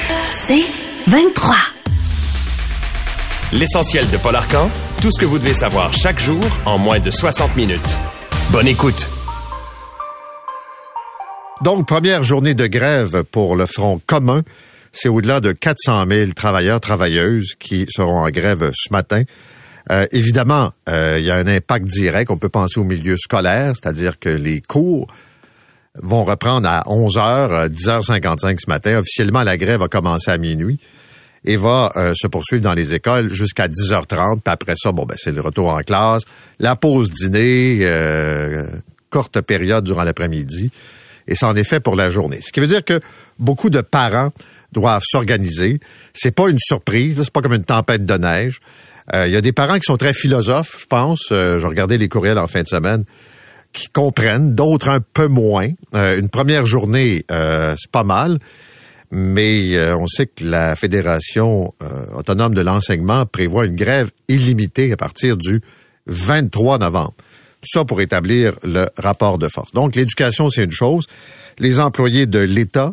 C'est 23. L'essentiel de Paul Arcand, tout ce que vous devez savoir chaque jour en moins de 60 minutes. Bonne écoute. Donc, première journée de grève pour le Front commun. C'est au-delà de 400 000 travailleurs, travailleuses qui seront en grève ce matin. Évidemment, il y a un impact direct. On peut penser au milieu scolaire, c'est-à-dire que les cours vont reprendre à 11h, 10h55 ce matin. Officiellement, la grève a commencé à minuit et va se poursuivre dans les écoles jusqu'à 10h30. Puis après ça, c'est le retour en classe, la pause dîner, courte période durant l'après-midi. Et ça en est fait pour la journée. Ce qui veut dire que beaucoup de parents doivent s'organiser. C'est pas une surprise, c'est pas comme une tempête de neige. Il y a des parents qui sont très philosophes, je pense. Je regardais les courriels en fin de semaine, qui comprennent, d'autres un peu moins. Une première journée, c'est pas mal, mais on sait que la Fédération autonome de l'enseignement prévoit une grève illimitée à partir du 23 novembre. Tout ça pour établir le rapport de force. Donc, l'éducation, c'est une chose. Les employés de l'État,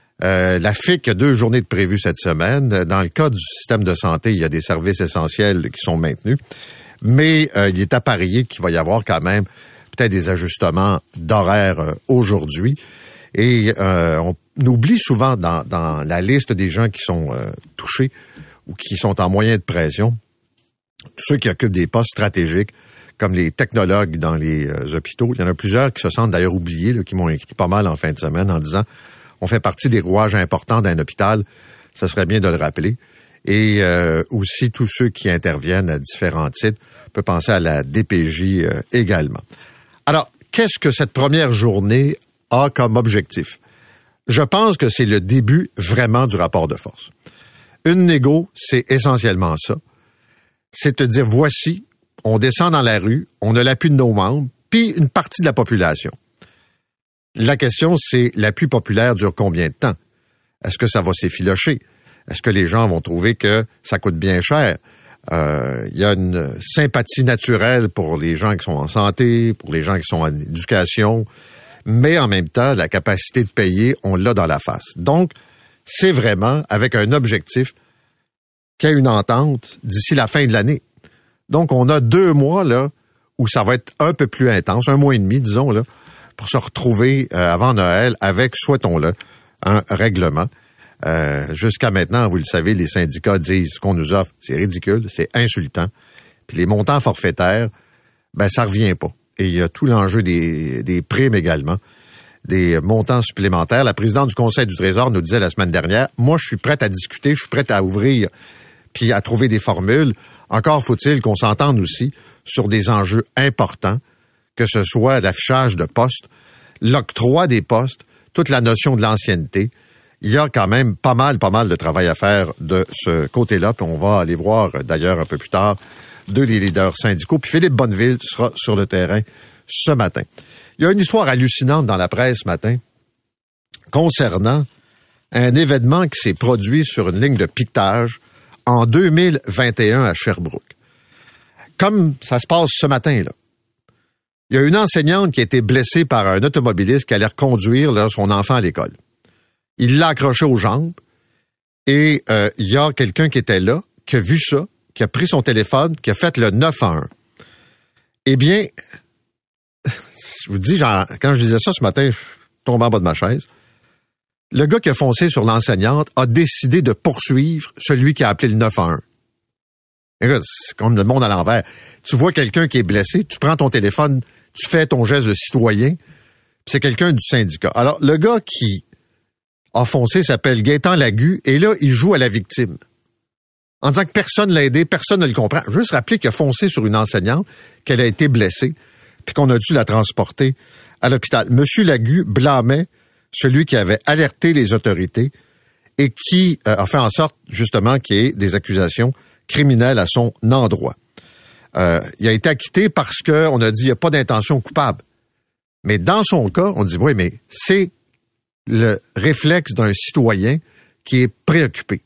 la FIC a 2 journées de prévues cette semaine. Dans le cas du système de santé, il y a des services essentiels qui sont maintenus. Mais il est à parier qu'il va y avoir quand même peut-être des ajustements d'horaire aujourd'hui. Et on oublie souvent dans la liste des gens qui sont touchés ou qui sont en moyen de pression, tous ceux qui occupent des postes stratégiques, comme les technologues dans les hôpitaux. Il y en a plusieurs qui se sentent d'ailleurs oubliés, là, qui m'ont écrit pas mal en fin de semaine en disant on fait partie des rouages importants d'un hôpital, ça serait bien de le rappeler. Et aussi tous ceux qui interviennent à différents titres. On peut penser à la DPJ également. Alors, qu'est-ce que cette première journée a comme objectif? Je pense que c'est le début vraiment du rapport de force. Une négo, c'est essentiellement ça. C'est te dire, voici, on descend dans la rue, on a l'appui de nos membres, puis une partie de la population. La question, c'est l'appui populaire dure combien de temps? Est-ce que ça va s'effilocher? Est-ce que les gens vont trouver que ça coûte bien cher? Il y a une sympathie naturelle pour les gens qui sont en santé, pour les gens qui sont en éducation, mais en même temps, la capacité de payer, on l'a dans la face. Donc, c'est vraiment avec un objectif qu'il y a une entente d'ici la fin de l'année. Donc, on a 2 mois là où ça va être un peu plus intense, 1 mois et demi, disons, là, pour se retrouver avant Noël avec, souhaitons-le, un règlement. Jusqu'à maintenant, vous le savez, les syndicats disent ce qu'on nous offre, c'est ridicule, c'est insultant. Puis les montants forfaitaires, ça revient pas. Et il y a tout l'enjeu des primes également, des montants supplémentaires. La présidente du Conseil du Trésor nous disait la semaine dernière, moi, je suis prête à discuter, je suis prête à ouvrir puis à trouver des formules. Encore faut-il qu'on s'entende aussi sur des enjeux importants, que ce soit l'affichage de postes, l'octroi des postes, toute la notion de l'ancienneté. Il y a quand même pas mal de travail à faire de ce côté-là, puis on va aller voir d'ailleurs un peu plus tard 2 des leaders syndicaux. Puis Philippe Bonneville sera sur le terrain ce matin. Il y a une histoire hallucinante dans la presse ce matin concernant un événement qui s'est produit sur une ligne de piquetage en 2021 à Sherbrooke. Comme ça se passe ce matin, là. Il y a une enseignante qui a été blessée par un automobiliste qui allait reconduire son enfant à l'école. Il l'a accroché aux jambes et il y a quelqu'un qui était là, qui a vu ça, qui a pris son téléphone, qui a fait le 911. Eh bien, je vous dis, quand je disais ça ce matin, je tombais en bas de ma chaise. Le gars qui a foncé sur l'enseignante a décidé de poursuivre celui qui a appelé le 911. Écoute, c'est comme le monde à l'envers. Tu vois quelqu'un qui est blessé, tu prends ton téléphone, tu fais ton geste de citoyen, puis c'est quelqu'un du syndicat. Alors, le gars qui a foncé s'appelle Gaétan Lagu, et là, il joue à la victime. En disant que personne ne l'a aidé, personne ne le comprend. Juste rappeler qu'il a foncé sur une enseignante, qu'elle a été blessée, puis qu'on a dû la transporter à l'hôpital. Monsieur Lagu blâmait celui qui avait alerté les autorités et qui a fait en sorte, justement, qu'il y ait des accusations criminelles à son endroit. Il a été acquitté parce qu'on a dit qu'il n'y a pas d'intention coupable. Mais dans son cas, on dit, oui, mais c'est le réflexe d'un citoyen qui est préoccupé.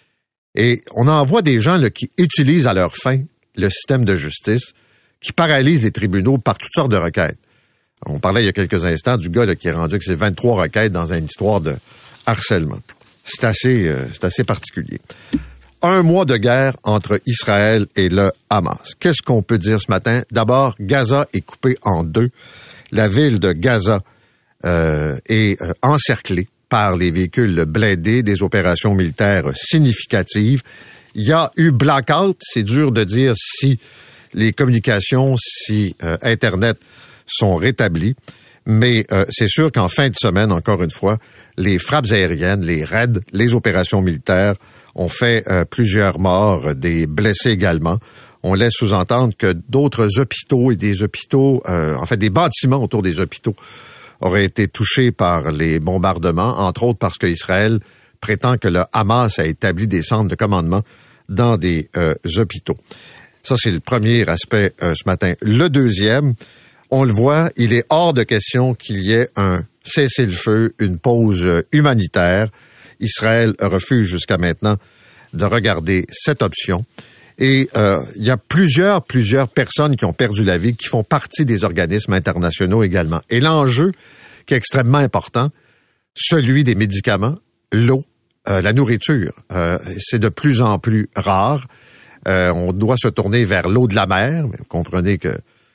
Et on en voit des gens là, qui utilisent à leur fin le système de justice, qui paralysent les tribunaux par toutes sortes de requêtes. On parlait il y a quelques instants du gars là, qui est rendu avec ses 23 requêtes dans une histoire de harcèlement. c'est assez particulier. 1 mois de guerre entre Israël et le Hamas. Qu'est-ce qu'on peut dire ce matin? D'abord, Gaza est coupée en deux. La ville de Gaza est encerclée par les véhicules blindés, des opérations militaires significatives. Il y a eu blackout. C'est dur de dire si les communications, si Internet sont rétablis. Mais c'est sûr qu'en fin de semaine, encore une fois, les frappes aériennes, les raids, les opérations militaires ont fait plusieurs morts, des blessés également. On laisse sous-entendre que d'autres hôpitaux et des hôpitaux, des bâtiments autour des hôpitaux auraient été touchés par les bombardements, entre autres parce qu'Israël prétend que le Hamas a établi des centres de commandement dans des hôpitaux. Ça, c'est le premier aspect ce matin. Le deuxième, on le voit, il est hors de question qu'il y ait un cessez-le-feu, une pause humanitaire. Israël refuse jusqu'à maintenant de regarder cette option. Et il y a plusieurs personnes qui ont perdu la vie, qui font partie des organismes internationaux également. Et l'enjeu qui est extrêmement important, celui des médicaments, l'eau, la nourriture, c'est de plus en plus rare. On doit se tourner vers l'eau de la mer. Mais vous comprenez que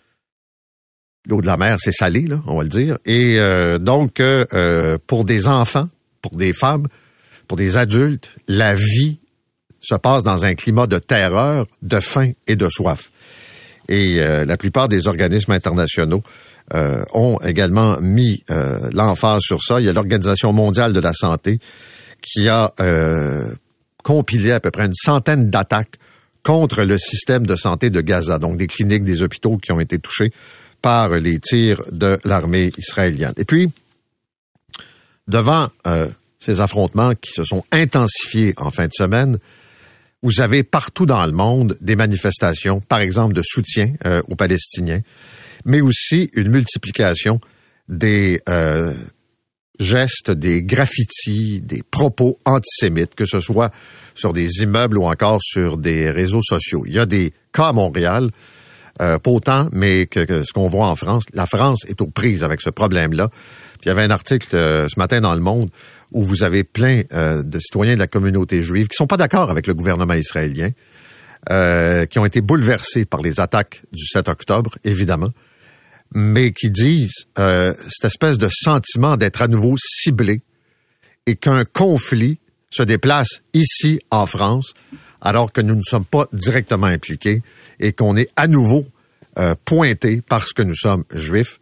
l'eau de la mer, c'est salé, là, on va le dire. Et donc, pour des enfants, pour des femmes, pour des adultes, la vie se passe dans un climat de terreur, de faim et de soif. Et la plupart des organismes internationaux ont également mis l'emphase sur ça. Il y a l'Organisation mondiale de la santé qui a compilé à peu près une centaine d'attaques contre le système de santé de Gaza, donc des cliniques, des hôpitaux qui ont été touchés par les tirs de l'armée israélienne. Et puis, devant ces affrontements qui se sont intensifiés en fin de semaine, vous avez partout dans le monde des manifestations, par exemple de soutien aux Palestiniens, mais aussi une multiplication des gestes, des graffitis, des propos antisémites, que ce soit sur des immeubles ou encore sur des réseaux sociaux. Il y a des cas à Montréal, pas autant, mais que ce qu'on voit en France. La France est aux prises avec ce problème-là. Puis il y avait un article ce matin dans Le Monde où vous avez plein de citoyens de la communauté juive qui sont pas d'accord avec le gouvernement israélien, qui ont été bouleversés par les attaques du 7 octobre, évidemment, mais qui disent cette espèce de sentiment d'être à nouveau ciblé et qu'un conflit se déplace ici en France alors que nous ne sommes pas directement impliqués et qu'on est à nouveau pointé parce que nous sommes juifs.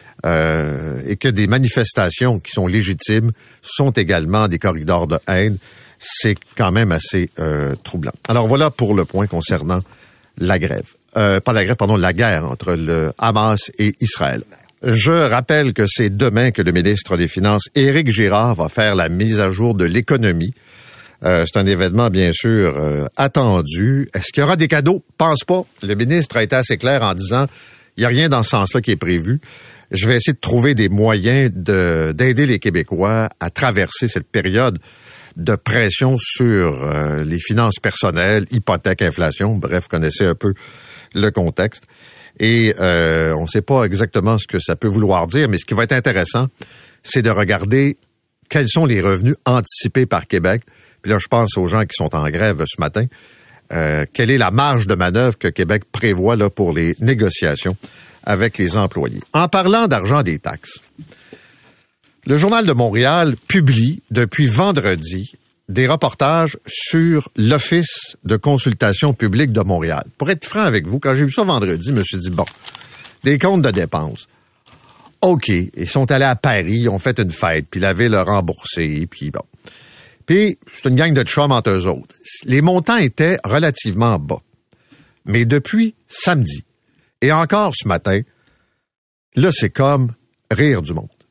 Et que des manifestations qui sont légitimes sont également des corridors de haine, c'est quand même assez troublant. Alors voilà pour le point concernant la grève. La guerre entre le Hamas et Israël. Je rappelle que c'est demain que le ministre des Finances, Éric Girard, va faire la mise à jour de l'économie. C'est un événement, bien sûr, attendu. Est-ce qu'il y aura des cadeaux? Pense pas. Le ministre a été assez clair en disant il n'y a rien dans ce sens-là qui est prévu. Je vais essayer de trouver des moyens d'aider les Québécois à traverser cette période de pression sur les finances personnelles, hypothèques, inflation. Bref, vous connaissez un peu le contexte. Et on ne sait pas exactement ce que ça peut vouloir dire, mais ce qui va être intéressant, c'est de regarder quels sont les revenus anticipés par Québec. Puis là, je pense aux gens qui sont en grève ce matin. Quelle est la marge de manœuvre que Québec prévoit là pour les négociations avec les employés? En parlant d'argent des taxes, le Journal de Montréal publie depuis vendredi des reportages sur l'Office de consultation publique de Montréal. Pour être franc avec vous, quand j'ai vu ça vendredi, je me suis dit, bon, des comptes de dépenses. OK, ils sont allés à Paris, ils ont fait une fête, puis la ville a remboursé, puis bon. Puis, c'est une gang de chums entre eux autres. Les montants étaient relativement bas. Mais depuis samedi, et encore ce matin, là, c'est comme rire du monde.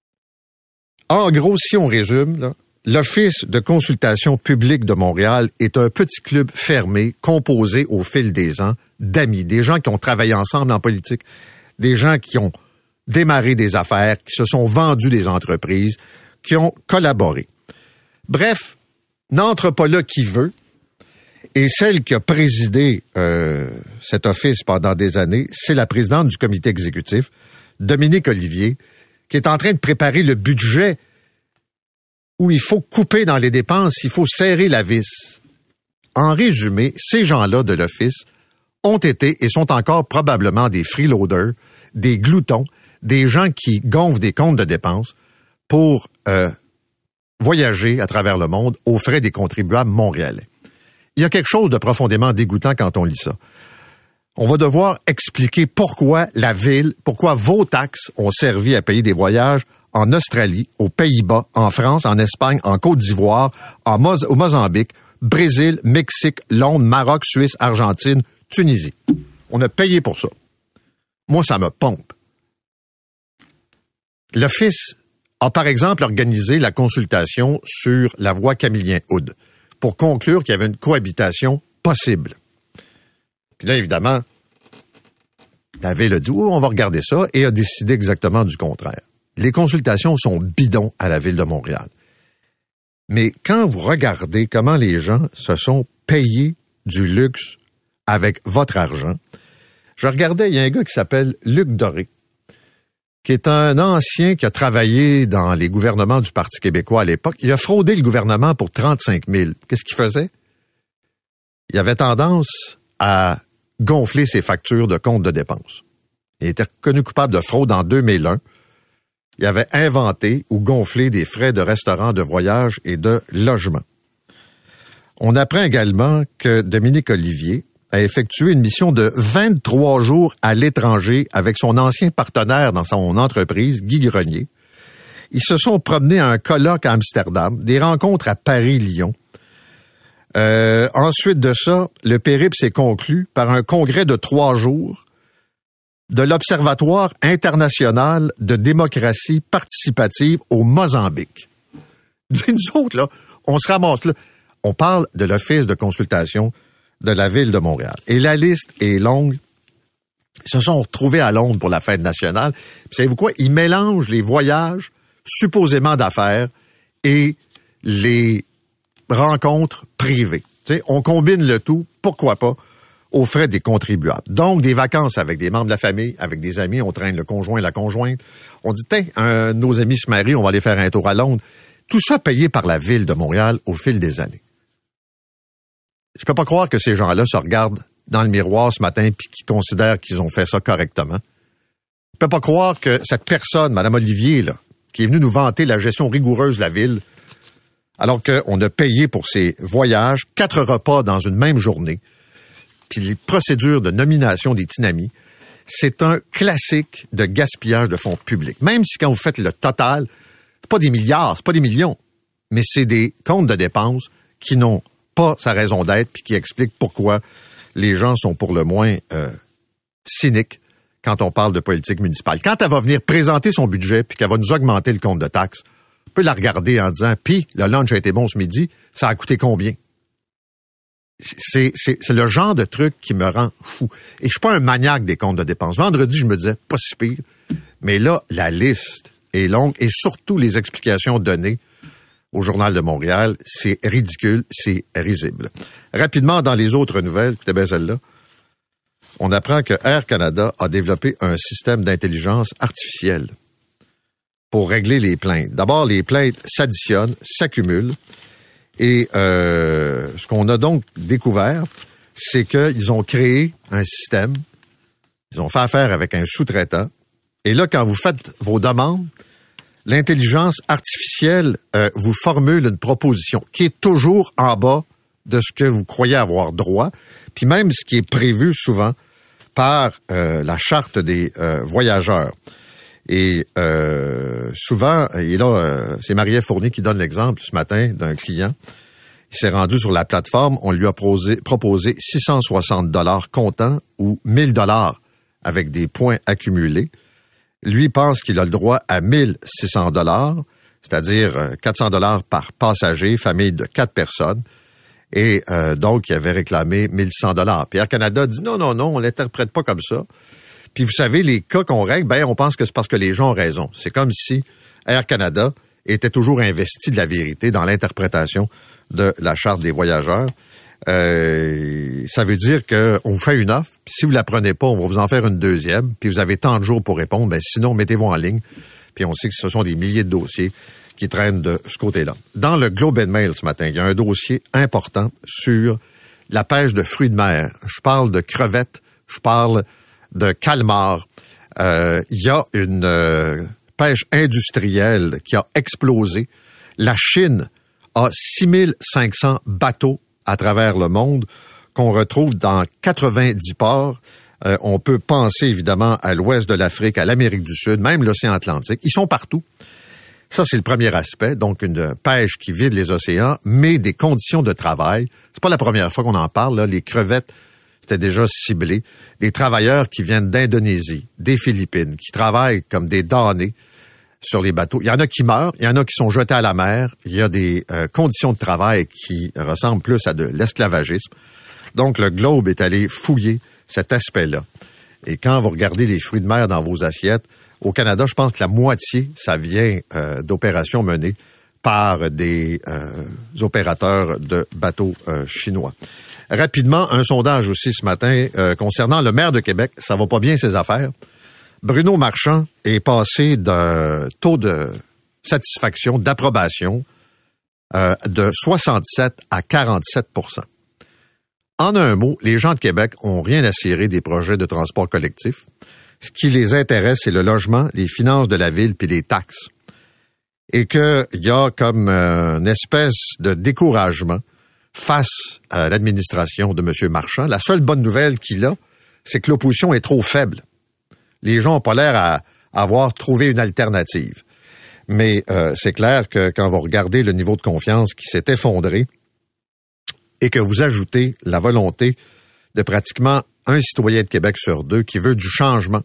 En gros, si on résume, là, l'Office de consultation publique de Montréal est un petit club fermé, composé au fil des ans d'amis, des gens qui ont travaillé ensemble en politique, des gens qui ont démarré des affaires, qui se sont vendus des entreprises, qui ont collaboré. Bref, n'entre pas là qui veut. Et celle qui a présidé cet office pendant des années, c'est la présidente du comité exécutif, Dominique Olivier, qui est en train de préparer le budget où il faut couper dans les dépenses, il faut serrer la vis. En résumé, ces gens-là de l'Office ont été et sont encore probablement des freeloaders, des gloutons, des gens qui gonflent des comptes de dépenses pour voyager à travers le monde aux frais des contribuables montréalais. Il y a quelque chose de profondément dégoûtant quand on lit ça. On va devoir expliquer pourquoi la ville, pourquoi vos taxes ont servi à payer des voyages en Australie, aux Pays-Bas, en France, en Espagne, en Côte d'Ivoire, au Mozambique, Brésil, Mexique, Londres, Maroc, Suisse, Argentine, Tunisie. On a payé pour ça. Moi, ça me pompe. L'Office a, par exemple, organisé la consultation sur la voie Camillien-Hood pour conclure qu'il y avait une cohabitation possible. Puis là, évidemment, la ville a dit « Oh, on va regarder ça » et a décidé exactement du contraire. Les consultations sont bidons à la ville de Montréal. Mais quand vous regardez comment les gens se sont payés du luxe avec votre argent, je regardais, il y a un gars qui s'appelle Luc Doré, qui est un ancien qui a travaillé dans les gouvernements du Parti québécois à l'époque. Il a fraudé le gouvernement pour 35 000. Qu'est-ce qu'il faisait? Il avait tendance à gonfler ses factures de compte de dépenses. Il était reconnu coupable de fraude en 2001. Il avait inventé ou gonflé des frais de restaurant, de voyage et de logement. On apprend également que Dominique Olivier a effectué une mission de 23 jours à l'étranger avec son ancien partenaire dans son entreprise, Guy Grenier. Ils se sont promenés à un colloque à Amsterdam, des rencontres à Paris-Lyon. Ensuite de ça, le périple s'est conclu par un congrès de 3 jours de l'Observatoire international de démocratie participative au Mozambique. Nous autres, là, on se ramasse là. On parle de l'Office de consultation de la Ville de Montréal. Et la liste est longue. Ils se sont retrouvés à Londres pour la fête nationale. Puis savez-vous quoi? Ils mélangent les voyages supposément d'affaires et les rencontres privées. Tu sais, on combine le tout, pourquoi pas, aux frais des contribuables. Donc, des vacances avec des membres de la famille, avec des amis, on traîne le conjoint, la conjointe. On dit, tiens, nos amis se marient, on va aller faire un tour à Londres. Tout ça payé par la Ville de Montréal au fil des années. Je peux pas croire que ces gens-là se regardent dans le miroir ce matin puis qu'ils considèrent qu'ils ont fait ça correctement. Je peux pas croire que cette personne, Mme Olivier, là, qui est venue nous vanter la gestion rigoureuse de la ville, alors qu'on a payé pour ses voyages, 4 repas dans une même journée, puis les procédures de nomination des tinamis, c'est un classique de gaspillage de fonds publics. Même si quand vous faites le total, c'est pas des milliards, c'est pas des millions, mais c'est des comptes de dépenses qui n'ont pas sa raison d'être puis qui expliquent pourquoi les gens sont pour le moins cyniques quand on parle de politique municipale. Quand elle va venir présenter son budget puis qu'elle va nous augmenter le compte de taxes, on peut la regarder en disant « Puis, le lunch a été bon ce midi, ça a coûté combien? » C'est le genre de truc qui me rend fou. Et je suis pas un maniaque des comptes de dépenses. Vendredi, je me disais, pas si pire. Mais là, la liste est longue et surtout les explications données au Journal de Montréal, c'est ridicule, c'est risible. Rapidement, dans les autres nouvelles, écoutez bien celle-là, on apprend que Air Canada a développé un système d'intelligence artificielle pour régler les plaintes. D'abord, les plaintes s'additionnent, s'accumulent, et ce qu'on a donc découvert, c'est qu'ils ont créé un système, ils ont fait affaire avec un sous-traitant, et là, quand vous faites vos demandes, l'intelligence artificielle vous formule une proposition qui est toujours en bas de ce que vous croyez avoir droit, puis même ce qui est prévu souvent par la charte des voyageurs. Et souvent, et là, c'est Marie-Ève Fournier qui donne l'exemple ce matin d'un client. Il s'est rendu sur la plateforme, on lui a proposé 660 $ comptant ou 1000 $ avec des points accumulés. Lui pense qu'il a le droit à 1600 $, c'est-à-dire 400 $ par passager, famille de 4 personnes. Et donc, il avait réclamé 1100 $. Puis Air Canada dit non, on l'interprète pas comme ça. Puis vous savez, les cas qu'on règle, on pense que c'est parce que les gens ont raison. C'est comme si Air Canada était toujours investi de la vérité dans l'interprétation de la Charte des voyageurs. Ça veut dire qu'on vous fait une offre, puis si vous la prenez pas, on va vous en faire une deuxième, puis vous avez tant de jours pour répondre. Sinon, mettez-vous en ligne. Puis on sait que ce sont des milliers de dossiers qui traînent de ce côté-là. Dans le Globe and Mail ce matin, il y a un dossier important sur la pêche de fruits de mer. Je parle de crevettes, je parle de calmars. Il y a une pêche industrielle qui a explosé. La Chine a 6500 bateaux à travers le monde qu'on retrouve dans 90 ports. On peut penser évidemment à l'ouest de l'Afrique, à l'Amérique du Sud, même l'océan Atlantique. Ils sont partout. Ça, c'est le premier aspect. Donc, une pêche qui vide les océans, mais des conditions de travail. C'est pas la première fois qu'on en parle, là. Les crevettes, c'était déjà ciblé. Des travailleurs qui viennent d'Indonésie, des Philippines, qui travaillent comme des damnés sur les bateaux. Il y en a qui meurent, il y en a qui sont jetés à la mer. Il y a des conditions de travail qui ressemblent plus à de l'esclavagisme. Donc, le Globe est allé fouiller cet aspect-là. Et quand vous regardez les fruits de mer dans vos assiettes, au Canada, je pense que la moitié, ça vient d'opérations menées par des opérateurs de bateaux chinois. Rapidement, un sondage aussi ce matin concernant le maire de Québec. Ça va pas bien ses affaires. Bruno Marchand est passé d'un taux de satisfaction, d'approbation de 67 à 47 %. En un mot, les gens de Québec ont rien à cirer des projets de transport collectif. Ce qui les intéresse, c'est le logement, les finances de la ville puis les taxes. Et qu'il y a comme une espèce de découragement face à l'administration de M. Marchand. La seule bonne nouvelle qu'il a, c'est que l'opposition est trop faible. Les gens n'ont pas l'air à avoir trouvé une alternative. Mais c'est clair que quand vous regardez le niveau de confiance qui s'est effondré et que vous ajoutez la volonté de pratiquement un citoyen de Québec sur deux qui veut du changement,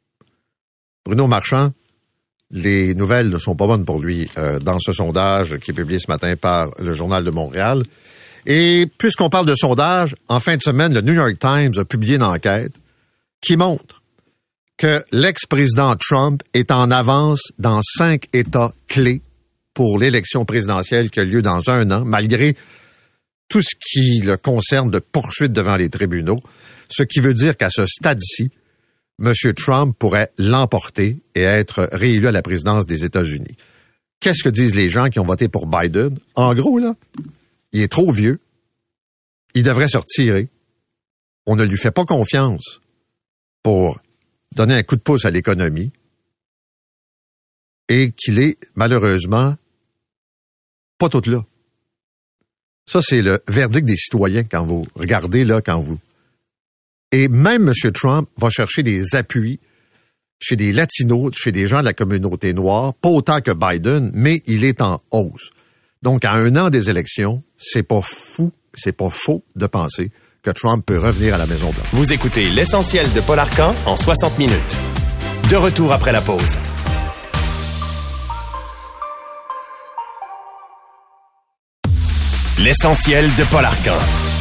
Bruno Marchand, les nouvelles ne sont pas bonnes pour lui dans ce sondage qui est publié ce matin par le Journal de Montréal. Et puisqu'on parle de sondage, en fin de semaine, le New York Times a publié une enquête qui montre que l'ex-président Trump est en avance dans 5 États clés pour l'élection présidentielle qui a lieu dans 1 an, malgré tout ce qui le concerne de poursuites devant les tribunaux, ce qui veut dire qu'à ce stade-ci, M. Trump pourrait l'emporter et être réélu à la présidence des États-Unis. Qu'est-ce que disent les gens qui ont voté pour Biden? En gros, là, il est trop vieux. Il devrait se retirer. On ne lui fait pas confiance pour donner un coup de pouce à l'économie et qu'il est, malheureusement, pas tout là. Ça, c'est le verdict des citoyens quand vous regardez, là, quand vous... Et même M. Trump va chercher des appuis chez des Latinos, chez des gens de la communauté noire, pas autant que Biden, mais il est en hausse. Donc, à 1 an des élections, c'est pas fou, c'est pas faux de penser que Trump peut revenir à la Maison-Blanche. Vous écoutez l'essentiel de Paul Arcand en 60 minutes. De retour après la pause. L'essentiel de Paul Arcand.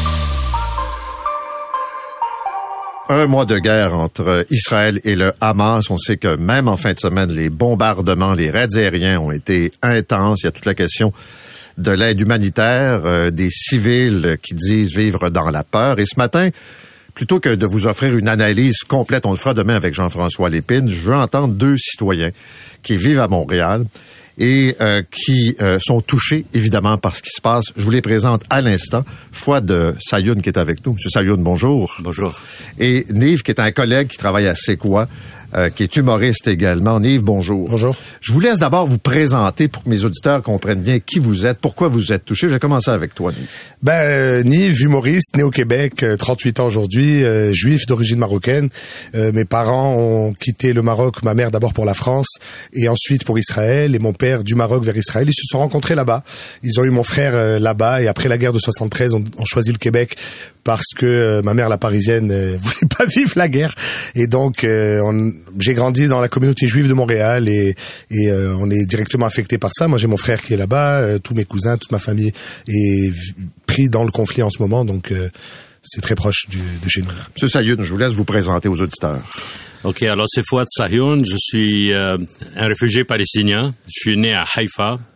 1 mois de guerre entre Israël et le Hamas. On sait que même en fin de semaine, les bombardements, les raids aériens ont été intenses. Il y a toute la question de l'aide humanitaire, des civils qui disent vivre dans la peur. Et ce matin, plutôt que de vous offrir une analyse complète, on le fera demain avec Jean-François Lépine, je veux entendre 2 citoyens qui vivent à Montréal et qui sont touchés, évidemment, par ce qui se passe. Je vous les présente à l'instant. Fouad Sayoun qui est avec nous. Monsieur Sayoun, bonjour. Bonjour. Et Nive, qui est un collègue qui travaille à C'est quoi, qui est humoriste également. Nive, bonjour. Bonjour. Je vous laisse d'abord vous présenter pour que mes auditeurs comprennent bien qui vous êtes, pourquoi vous êtes touché. Je vais commencer avec toi, Nive. Nive, humoriste, né au Québec, 38 ans aujourd'hui, juif d'origine marocaine. Mes parents ont quitté le Maroc, ma mère d'abord pour la France et ensuite pour Israël, et mon père du Maroc vers Israël. Ils se sont rencontrés là-bas. Ils ont eu mon frère là-bas, et après la guerre de 73, on choisi le Québec parce que ma mère, la parisienne, voulait pas vivre la guerre. Et donc, j'ai grandi dans la communauté juive de Montréal et on est directement affecté par ça. Moi, j'ai mon frère qui est là-bas, tous mes cousins, toute ma famille est pris dans le conflit en ce moment. Donc, c'est très proche de chez nous. Monsieur Sayoun, je vous laisse vous présenter aux auditeurs. Ok, alors c'est Fouad Sayoun, je suis un réfugié palestinien. Je suis né à Haïfa,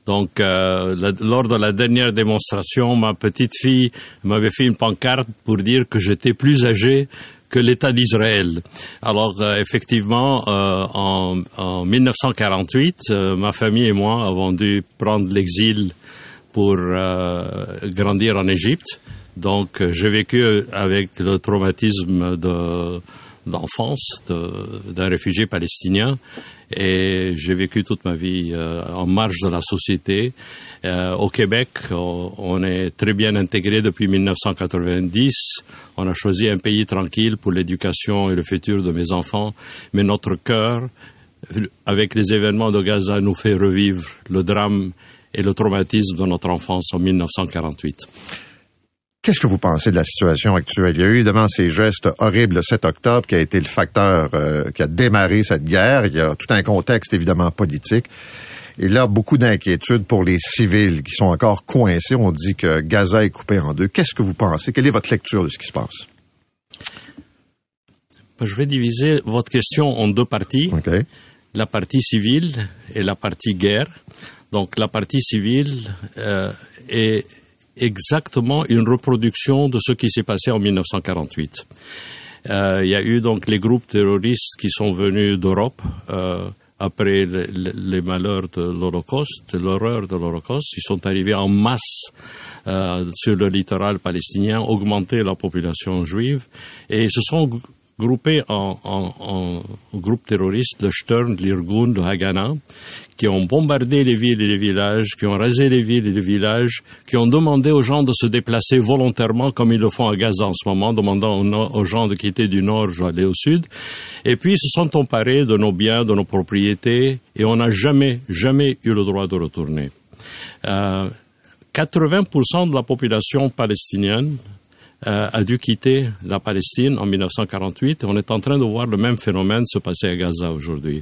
Donc, lors de la dernière démonstration, ma petite fille m'avait fait une pancarte pour dire que j'étais plus âgé que l'État d'Israël. Alors, effectivement, en 1948, ma famille et moi avons dû prendre l'exil pour grandir en Égypte. Donc, j'ai vécu avec le traumatisme d'enfance d'un réfugié palestinien. Et j'ai vécu toute ma vie en marge de la société. Au Québec, on est très bien intégré depuis 1990. On a choisi un pays tranquille pour l'éducation et le futur de mes enfants. Mais notre cœur, avec les événements de Gaza, nous fait revivre le drame et le traumatisme de notre enfance en 1948. Qu'est-ce que vous pensez de la situation actuelle? Il y a eu évidemment ces gestes horribles le 7 octobre qui a été le facteur qui a démarré cette guerre. Il y a tout un contexte évidemment politique. Et là, beaucoup d'inquiétudes pour les civils qui sont encore coincés. On dit que Gaza est coupé en deux. Qu'est-ce que vous pensez? Quelle est votre lecture de ce qui se passe? Je vais diviser votre question en deux parties. Okay. La partie civile et la partie guerre. Donc la partie civile est exactement une reproduction de ce qui s'est passé en 1948. Il y a eu donc les groupes terroristes qui sont venus d'Europe après les malheurs de l'Holocauste, l'horreur de l'Holocauste. Ils sont arrivés en masse sur le littoral palestinien, augmenter la population juive, et ils se sont groupés en groupes terroristes, le Stern, l'Irgun, le Haganah, qui ont bombardé les villes et les villages, qui ont rasé les villes et les villages, qui ont demandé aux gens de se déplacer volontairement, comme ils le font à Gaza en ce moment, demandant aux gens de quitter du nord, d'aller au sud. Et puis, ils se sont emparés de nos biens, de nos propriétés, et on n'a jamais eu le droit de retourner. 80% de la population palestinienne a dû quitter la Palestine en 1948 et on est en train de voir le même phénomène se passer à Gaza aujourd'hui.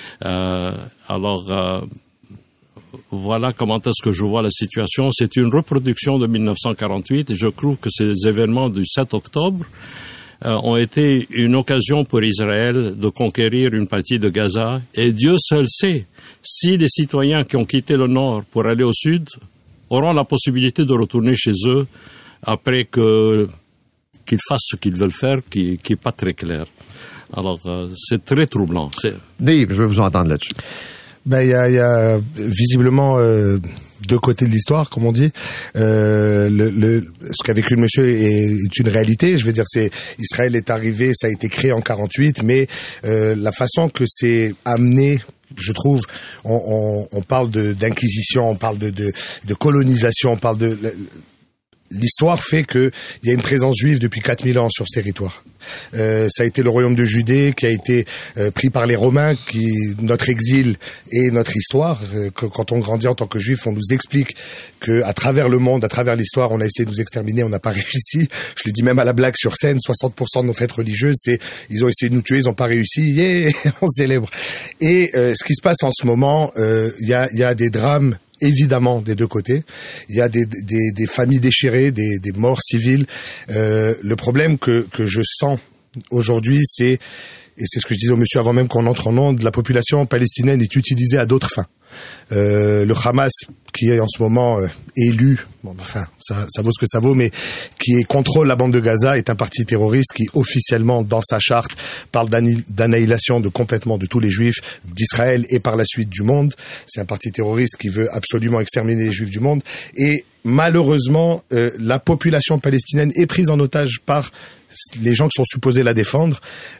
Voilà comment est-ce que je vois la situation. C'est une reproduction de 1948 et je trouve que ces événements du 7 octobre ont été une occasion pour Israël de conquérir une partie de Gaza et Dieu seul sait si les citoyens qui ont quitté le nord pour aller au sud auront la possibilité de retourner chez eux après qu'ils fassent ce qu'ils veulent faire, qui est pas très clair. Alors, c'est très troublant. Dave, je veux vous entendre là-dessus. Ben, il y a visiblement deux côtés de l'histoire, comme on dit. Ce qu'a vécu le monsieur est une réalité. Je veux dire, Israël est arrivé, ça a été créé en 48, mais la façon que c'est amené, je trouve, on parle d'inquisition, on parle de colonisation, on parle de l'histoire fait que il y a une présence juive depuis 4000 ans sur ce territoire. Ça a été le royaume de Judée qui a été pris par les Romains, notre exil et notre histoire. Quand on grandit en tant que juif, on nous explique que à travers le monde, à travers l'histoire, on a essayé de nous exterminer, on n'a pas réussi. Je le dis même à la blague sur scène, 60% de nos fêtes religieuses, ils ont essayé de nous tuer, ils n'ont pas réussi. Yeah, on célèbre. Et ce qui se passe en ce moment, il y a des drames. Évidemment, des deux côtés. Il y a des familles déchirées, des morts civiles. Le problème que je sens aujourd'hui, et c'est ce que je disais au monsieur avant même qu'on entre en onde, la population palestinienne est utilisée à d'autres fins. Le Hamas, qui est en ce moment élu, ça vaut ce que ça vaut, mais qui contrôle la bande de Gaza, est un parti terroriste qui officiellement, dans sa charte, parle d'annihilation complètement de tous les juifs d'Israël et par la suite du monde. C'est un parti terroriste qui veut absolument exterminer les juifs du monde. Et malheureusement, la population palestinienne est prise en otage par les gens qui sont supposés la défendre.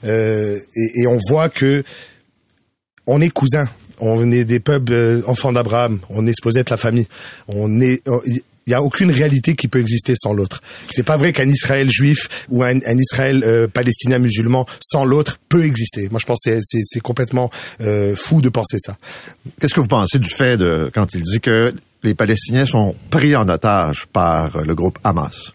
Et on voit que on est cousins. On est des peuples enfants d'Abraham. On est supposé être la famille. Il y a aucune réalité qui peut exister sans l'autre. C'est pas vrai qu'un Israël juif ou un Israël palestinien musulman sans l'autre peut exister. Moi, je pense que c'est complètement fou de penser ça. Qu'est-ce que vous pensez du fait quand il dit que les Palestiniens sont pris en otage par le groupe Hamas?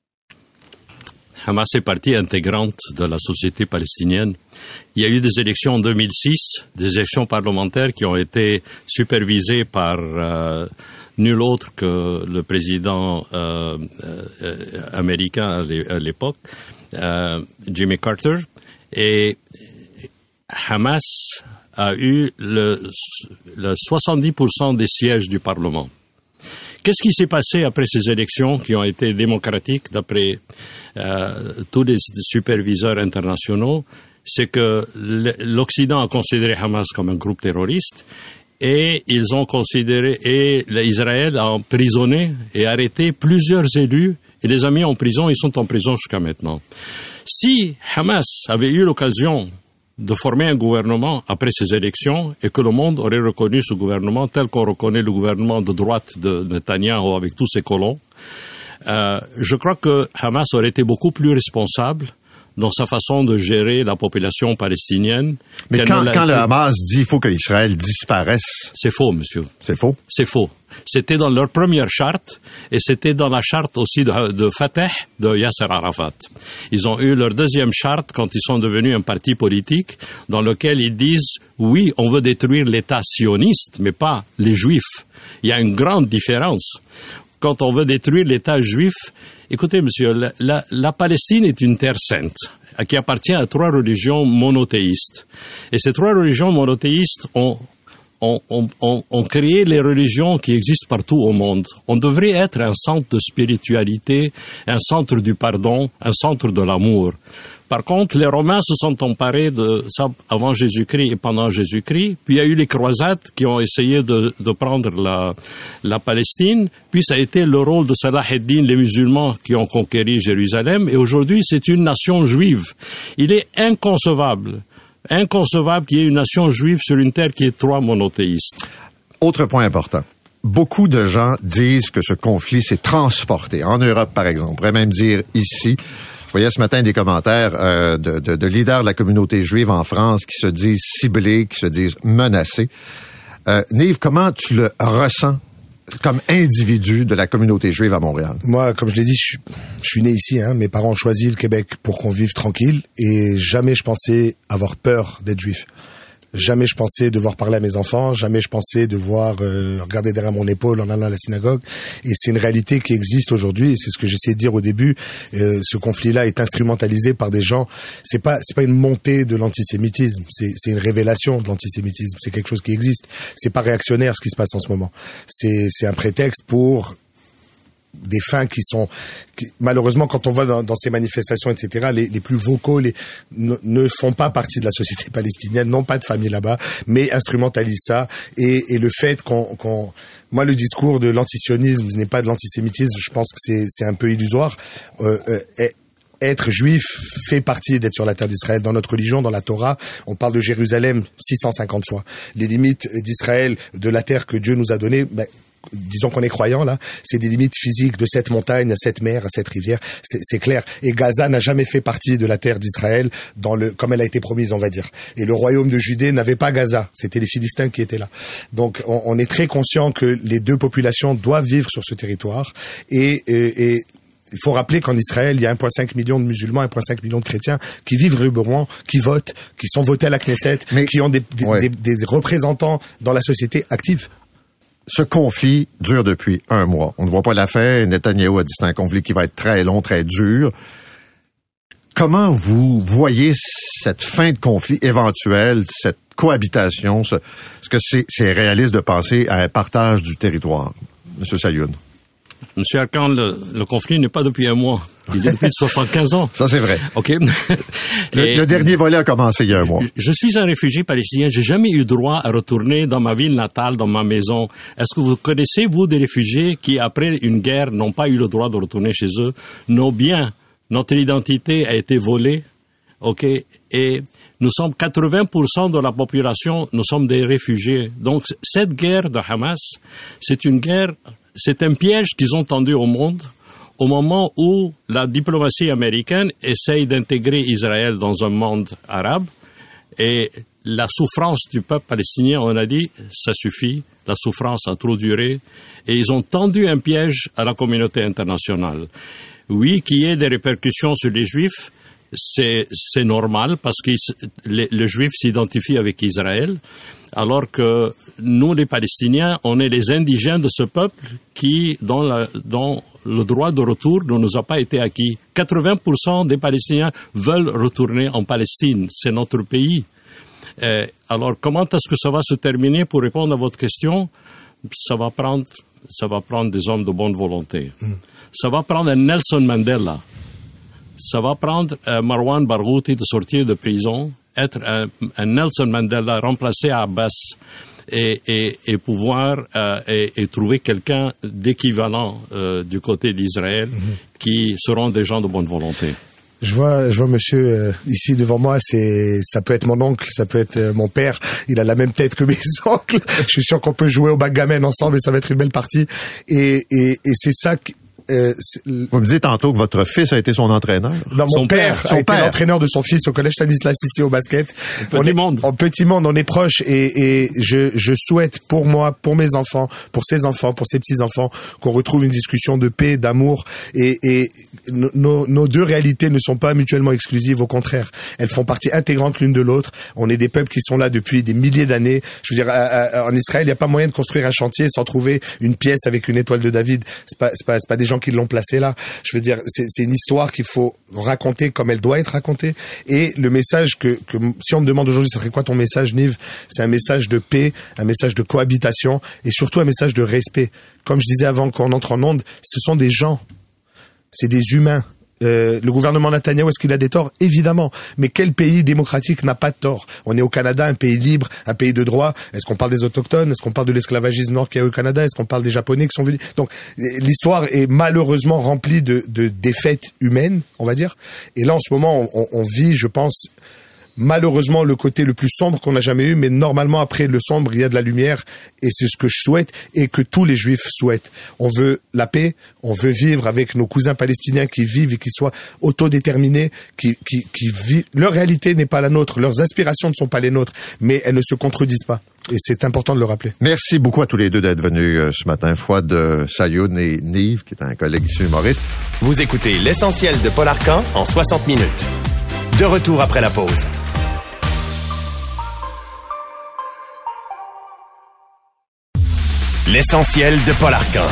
Hamas est partie intégrante de la société palestinienne. Il y a eu des élections en 2006, des élections parlementaires qui ont été supervisées par nul autre que le président américain à l'époque, Jimmy Carter. Et Hamas a eu le 70% des sièges du Parlement. Qu'est-ce qui s'est passé après ces élections qui ont été démocratiques d'après tous les superviseurs internationaux? C'est que l'Occident a considéré Hamas comme un groupe terroriste et ils ont considéré, et Israël a emprisonné et arrêté plusieurs élus et les a mis en prison, ils sont en prison jusqu'à maintenant. Si Hamas avait eu l'occasion de former un gouvernement après ces élections et que le monde aurait reconnu ce gouvernement tel qu'on reconnaît le gouvernement de droite de Netanyahou avec tous ses colons, je crois que Hamas aurait été beaucoup plus responsable dans sa façon de gérer la population palestinienne. Mais quand le Hamas dit qu'il faut que Israël disparaisse... C'est faux, monsieur. C'est faux? C'est faux. C'était dans leur première charte et c'était dans la charte aussi de Fatah de Yasser Arafat. Ils ont eu leur deuxième charte quand ils sont devenus un parti politique dans lequel ils disent « Oui, on veut détruire l'État sioniste, mais pas les Juifs ». Il y a une grande différence. Quand on veut détruire l'État juif, écoutez, monsieur, la Palestine est une terre sainte qui appartient à 3 religions monothéistes. Et ces 3 religions monothéistes ont créé les religions qui existent partout au monde. On devrait être un centre de spiritualité, un centre du pardon, un centre de l'amour. Par contre, les Romains se sont emparés de ça avant Jésus-Christ et pendant Jésus-Christ. Puis il y a eu les croisades qui ont essayé de prendre la Palestine. Puis ça a été le rôle de Salah ad-Din, les musulmans qui ont conquéri Jérusalem. Et aujourd'hui, c'est une nation juive. Il est inconcevable qu'il y ait une nation juive sur une terre qui est 3 monothéiste. Autre point important. Beaucoup de gens disent que ce conflit s'est transporté en Europe, par exemple. On pourrait même dire ici. Je voyais ce matin des commentaires de leaders de la communauté juive en France qui se disent ciblés, qui se disent menacés. Nive, comment tu le ressens comme individu de la communauté juive à Montréal? Moi, comme je l'ai dit, je suis né ici. Mes parents ont choisi le Québec pour qu'on vive tranquille et jamais je pensais avoir peur d'être juif. Jamais je pensais devoir parler à mes enfants, jamais je pensais devoir regarder derrière mon épaule en allant à la synagogue. Et c'est une réalité qui existe aujourd'hui, et c'est ce que j'essayais de dire au début. Ce conflit-là est instrumentalisé par des gens. C'est pas une montée de l'antisémitisme, c'est une révélation de l'antisémitisme. C'est quelque chose qui existe. C'est pas réactionnaire ce qui se passe en ce moment. C'est un prétexte pour des fins qui malheureusement, quand on va dans ces manifestations, etc., les plus vocaux ne font pas partie de la société palestinienne, n'ont pas de famille là-bas, mais instrumentalisent ça. Et le fait moi, le discours de l'antisionisme n'est pas de l'antisémitisme, je pense que c'est un peu illusoire. Être juif fait partie d'être sur la terre d'Israël. Dans notre religion, dans la Torah, on parle de Jérusalem 650 fois. Les limites d'Israël, de la terre que Dieu nous a donnée, disons qu'on est croyant là, c'est des limites physiques de cette montagne à cette mer, à cette rivière, c'est clair. Et Gaza n'a jamais fait partie de la terre d'Israël comme elle a été promise, on va dire. Et le royaume de Judée n'avait pas Gaza, c'était les Philistins qui étaient là. Donc on est très conscient que les 2 populations doivent vivre sur ce territoire et il faut rappeler qu'en Israël, il y a 1,5 million de musulmans, 1,5 million de chrétiens qui vivent librement, qui votent, qui sont votés à la Knesset, qui ont des représentants dans la société active. Ce conflit dure depuis 1 mois. On ne voit pas la fin. Netanyahou a dit que c'est un conflit qui va être très long, très dur. Comment vous voyez cette fin de conflit éventuelle, cette cohabitation? Est-ce que c'est réaliste de penser à un partage du territoire? Monsieur Sayoun. Monsieur Arcan, le conflit n'est pas depuis 1 mois. Il est depuis 75 ans. Ça, c'est vrai. OK. Le dernier volet a commencé il y a 1 mois. Je suis un réfugié palestinien. J'ai jamais eu droit à retourner dans ma ville natale, dans ma maison. Est-ce que vous connaissez, vous, des réfugiés qui, après une guerre, n'ont pas eu le droit de retourner chez eux? Nos biens, notre identité a été volée. OK. Et nous sommes 80% de la population, nous sommes des réfugiés. Donc, cette guerre de Hamas, c'est un piège qu'ils ont tendu au monde au moment où la diplomatie américaine essaye d'intégrer Israël dans un monde arabe et la souffrance du peuple palestinien, on a dit, ça suffit, la souffrance a trop duré et ils ont tendu un piège à la communauté internationale. Oui, qu'il y ait des répercussions sur les Juifs, c'est normal parce que le Juif s'identifie avec Israël, alors que nous, les Palestiniens, on est les indigènes de ce peuple qui, dont le droit de retour ne nous a pas été acquis. 80% des Palestiniens veulent retourner en Palestine. C'est notre pays. Alors, comment est-ce que ça va se terminer? Pour répondre à votre question, ça va prendre des hommes de bonne volonté. Ça va prendre un Nelson Mandela. Ça va prendre Marwan Barghouti de sortir de prison, être un Nelson Mandela, remplacer Abbas et pouvoir et trouver quelqu'un d'équivalent du côté d'Israël qui seront des gens de bonne volonté. Je vois monsieur ici devant moi, ça peut être mon oncle, ça peut être mon père, il a la même tête que mes oncles. Je suis sûr qu'on peut jouer au backgammon ensemble et ça va être une belle partie. Et c'est ça que vous me disiez tantôt que votre fils a été son entraîneur. Non, mon père a été l'entraîneur de son fils au collège Stanislas ici au basket. En petit monde, on est proches et je souhaite pour moi, pour mes enfants, pour ses enfants, pour ses petits-enfants, qu'on retrouve une discussion de paix, d'amour et nos deux réalités ne sont pas mutuellement exclusives, au contraire. Elles font partie intégrante l'une de l'autre. On est des peuples qui sont là depuis des milliers d'années. Je veux dire, en Israël, il n'y a pas moyen de construire un chantier sans trouver une pièce avec une étoile de David. C'est pas des gens qui l'ont placé là. Je veux dire, c'est une histoire qu'il faut raconter comme elle doit être racontée. Et le message que si on me demande aujourd'hui, ça serait quoi ton message, Nive? C'est un message de paix, un message de cohabitation et surtout un message de respect. Comme je disais avant qu'on entre en onde, ce sont des gens. C'est des humains. Le gouvernement Netanyahou, est-ce qu'il a des torts? Évidemment. Mais quel pays démocratique n'a pas de tort? On est au Canada, un pays libre, un pays de droit. Est-ce qu'on parle des autochtones? Est-ce qu'on parle de l'esclavagisme nord qu'il y a au Canada? Est-ce qu'on parle des Japonais qui sont venus? Donc, l'histoire est malheureusement remplie de défaites humaines, on va dire. Et là, en ce moment, on vit, je pense, malheureusement le côté le plus sombre qu'on n'a jamais eu, mais normalement après le sombre il y a de la lumière et c'est ce que je souhaite et que tous les Juifs souhaitent. On veut la paix, on veut vivre avec nos cousins palestiniens qui vivent et qui soient autodéterminés, qui vivent. Leur réalité n'est pas la nôtre, leurs aspirations ne sont pas les nôtres, mais elles ne se contredisent pas. Et c'est important de le rappeler. Merci beaucoup à tous les deux d'être venus ce matin. Fouad Sayoun et Nive, qui est un collègue ici humoriste. Vous écoutez l'essentiel de Paul Arcand en 60 minutes. De retour après la pause. L'essentiel de Paul Arcand.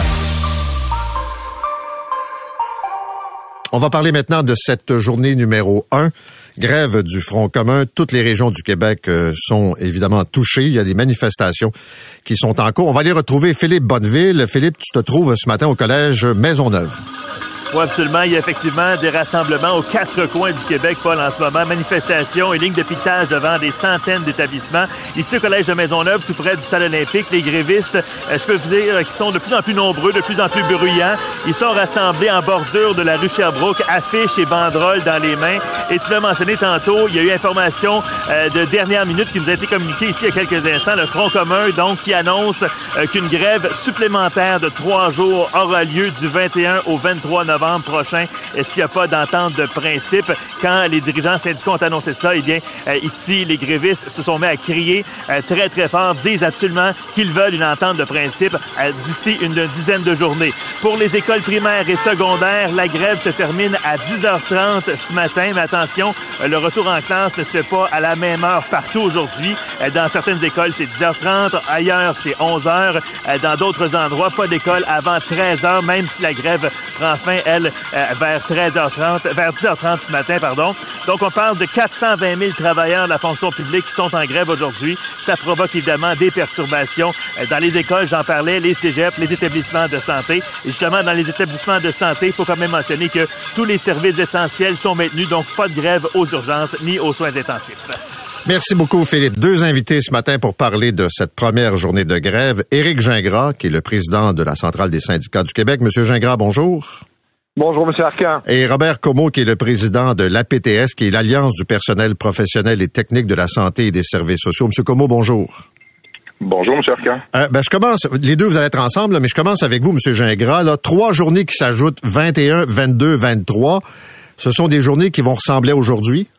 On va parler maintenant de cette journée numéro 1, grève du Front commun. Toutes les régions du Québec sont évidemment touchées. Il y a des manifestations qui sont en cours. On va aller retrouver Philippe Bonneville. Philippe, tu te trouves ce matin au collège Maisonneuve. Oui, absolument. Il y a effectivement des rassemblements aux quatre coins du Québec, Paul, en ce moment. Manifestations et lignes de piquetage devant des centaines d'établissements. Ici, au Collège de Maisonneuve, tout près du Stade olympique, les grévistes, je peux vous dire, qui sont de plus en plus nombreux, de plus en plus bruyants. Ils sont rassemblés en bordure de la rue Sherbrooke, affiches et banderoles dans les mains. Et tu l'as mentionné tantôt, il y a eu information de dernière minute qui nous a été communiquée ici il y a quelques instants. Le Front commun, donc, qui annonce qu'une grève supplémentaire de 3 jours aura lieu du 21 au 23 novembre prochain, s'il n'y a pas d'entente de principe. Quand les dirigeants syndicaux ont annoncé ça, eh bien, ici, les grévistes se sont mis à crier très, très fort, disent absolument qu'ils veulent une entente de principe d'ici une dizaine de journées. Pour les écoles primaires et secondaires, la grève se termine à 10h30 ce matin, mais attention, le retour en classe ne se fait pas à la même heure partout aujourd'hui. Dans certaines écoles, c'est 10h30, ailleurs, c'est 11h. Dans d'autres endroits, pas d'école avant 13h, même si la grève prend fin, elle, vers 13h30, vers 10h30 ce matin, pardon. Donc, on parle de 420 000 travailleurs de la fonction publique qui sont en grève aujourd'hui. Ça provoque évidemment des perturbations dans les écoles, j'en parlais, les cégeps, les établissements de santé. Et justement, dans les établissements de santé, il faut quand même mentionner que tous les services essentiels sont maintenus, donc pas de grève aux urgences ni aux soins intensifs. Merci beaucoup, Philippe. 2 invités ce matin pour parler de cette première journée de grève. Éric Gingras, qui est le président de la Centrale des syndicats du Québec. Monsieur Gingras, bonjour. Bonjour, M. Arcand. Et Robert Comeau, qui est le président de l'APTS, qui est l'Alliance du personnel professionnel et technique de la santé et des services sociaux. Monsieur Comeau, bonjour. Bonjour, M. Arcand. Je commence, les deux, vous allez être ensemble, là, mais je commence avec vous, M. Gingras. Là, 3 journées qui s'ajoutent, 21, 22, 23. Ce sont des journées qui vont ressembler à aujourd'hui?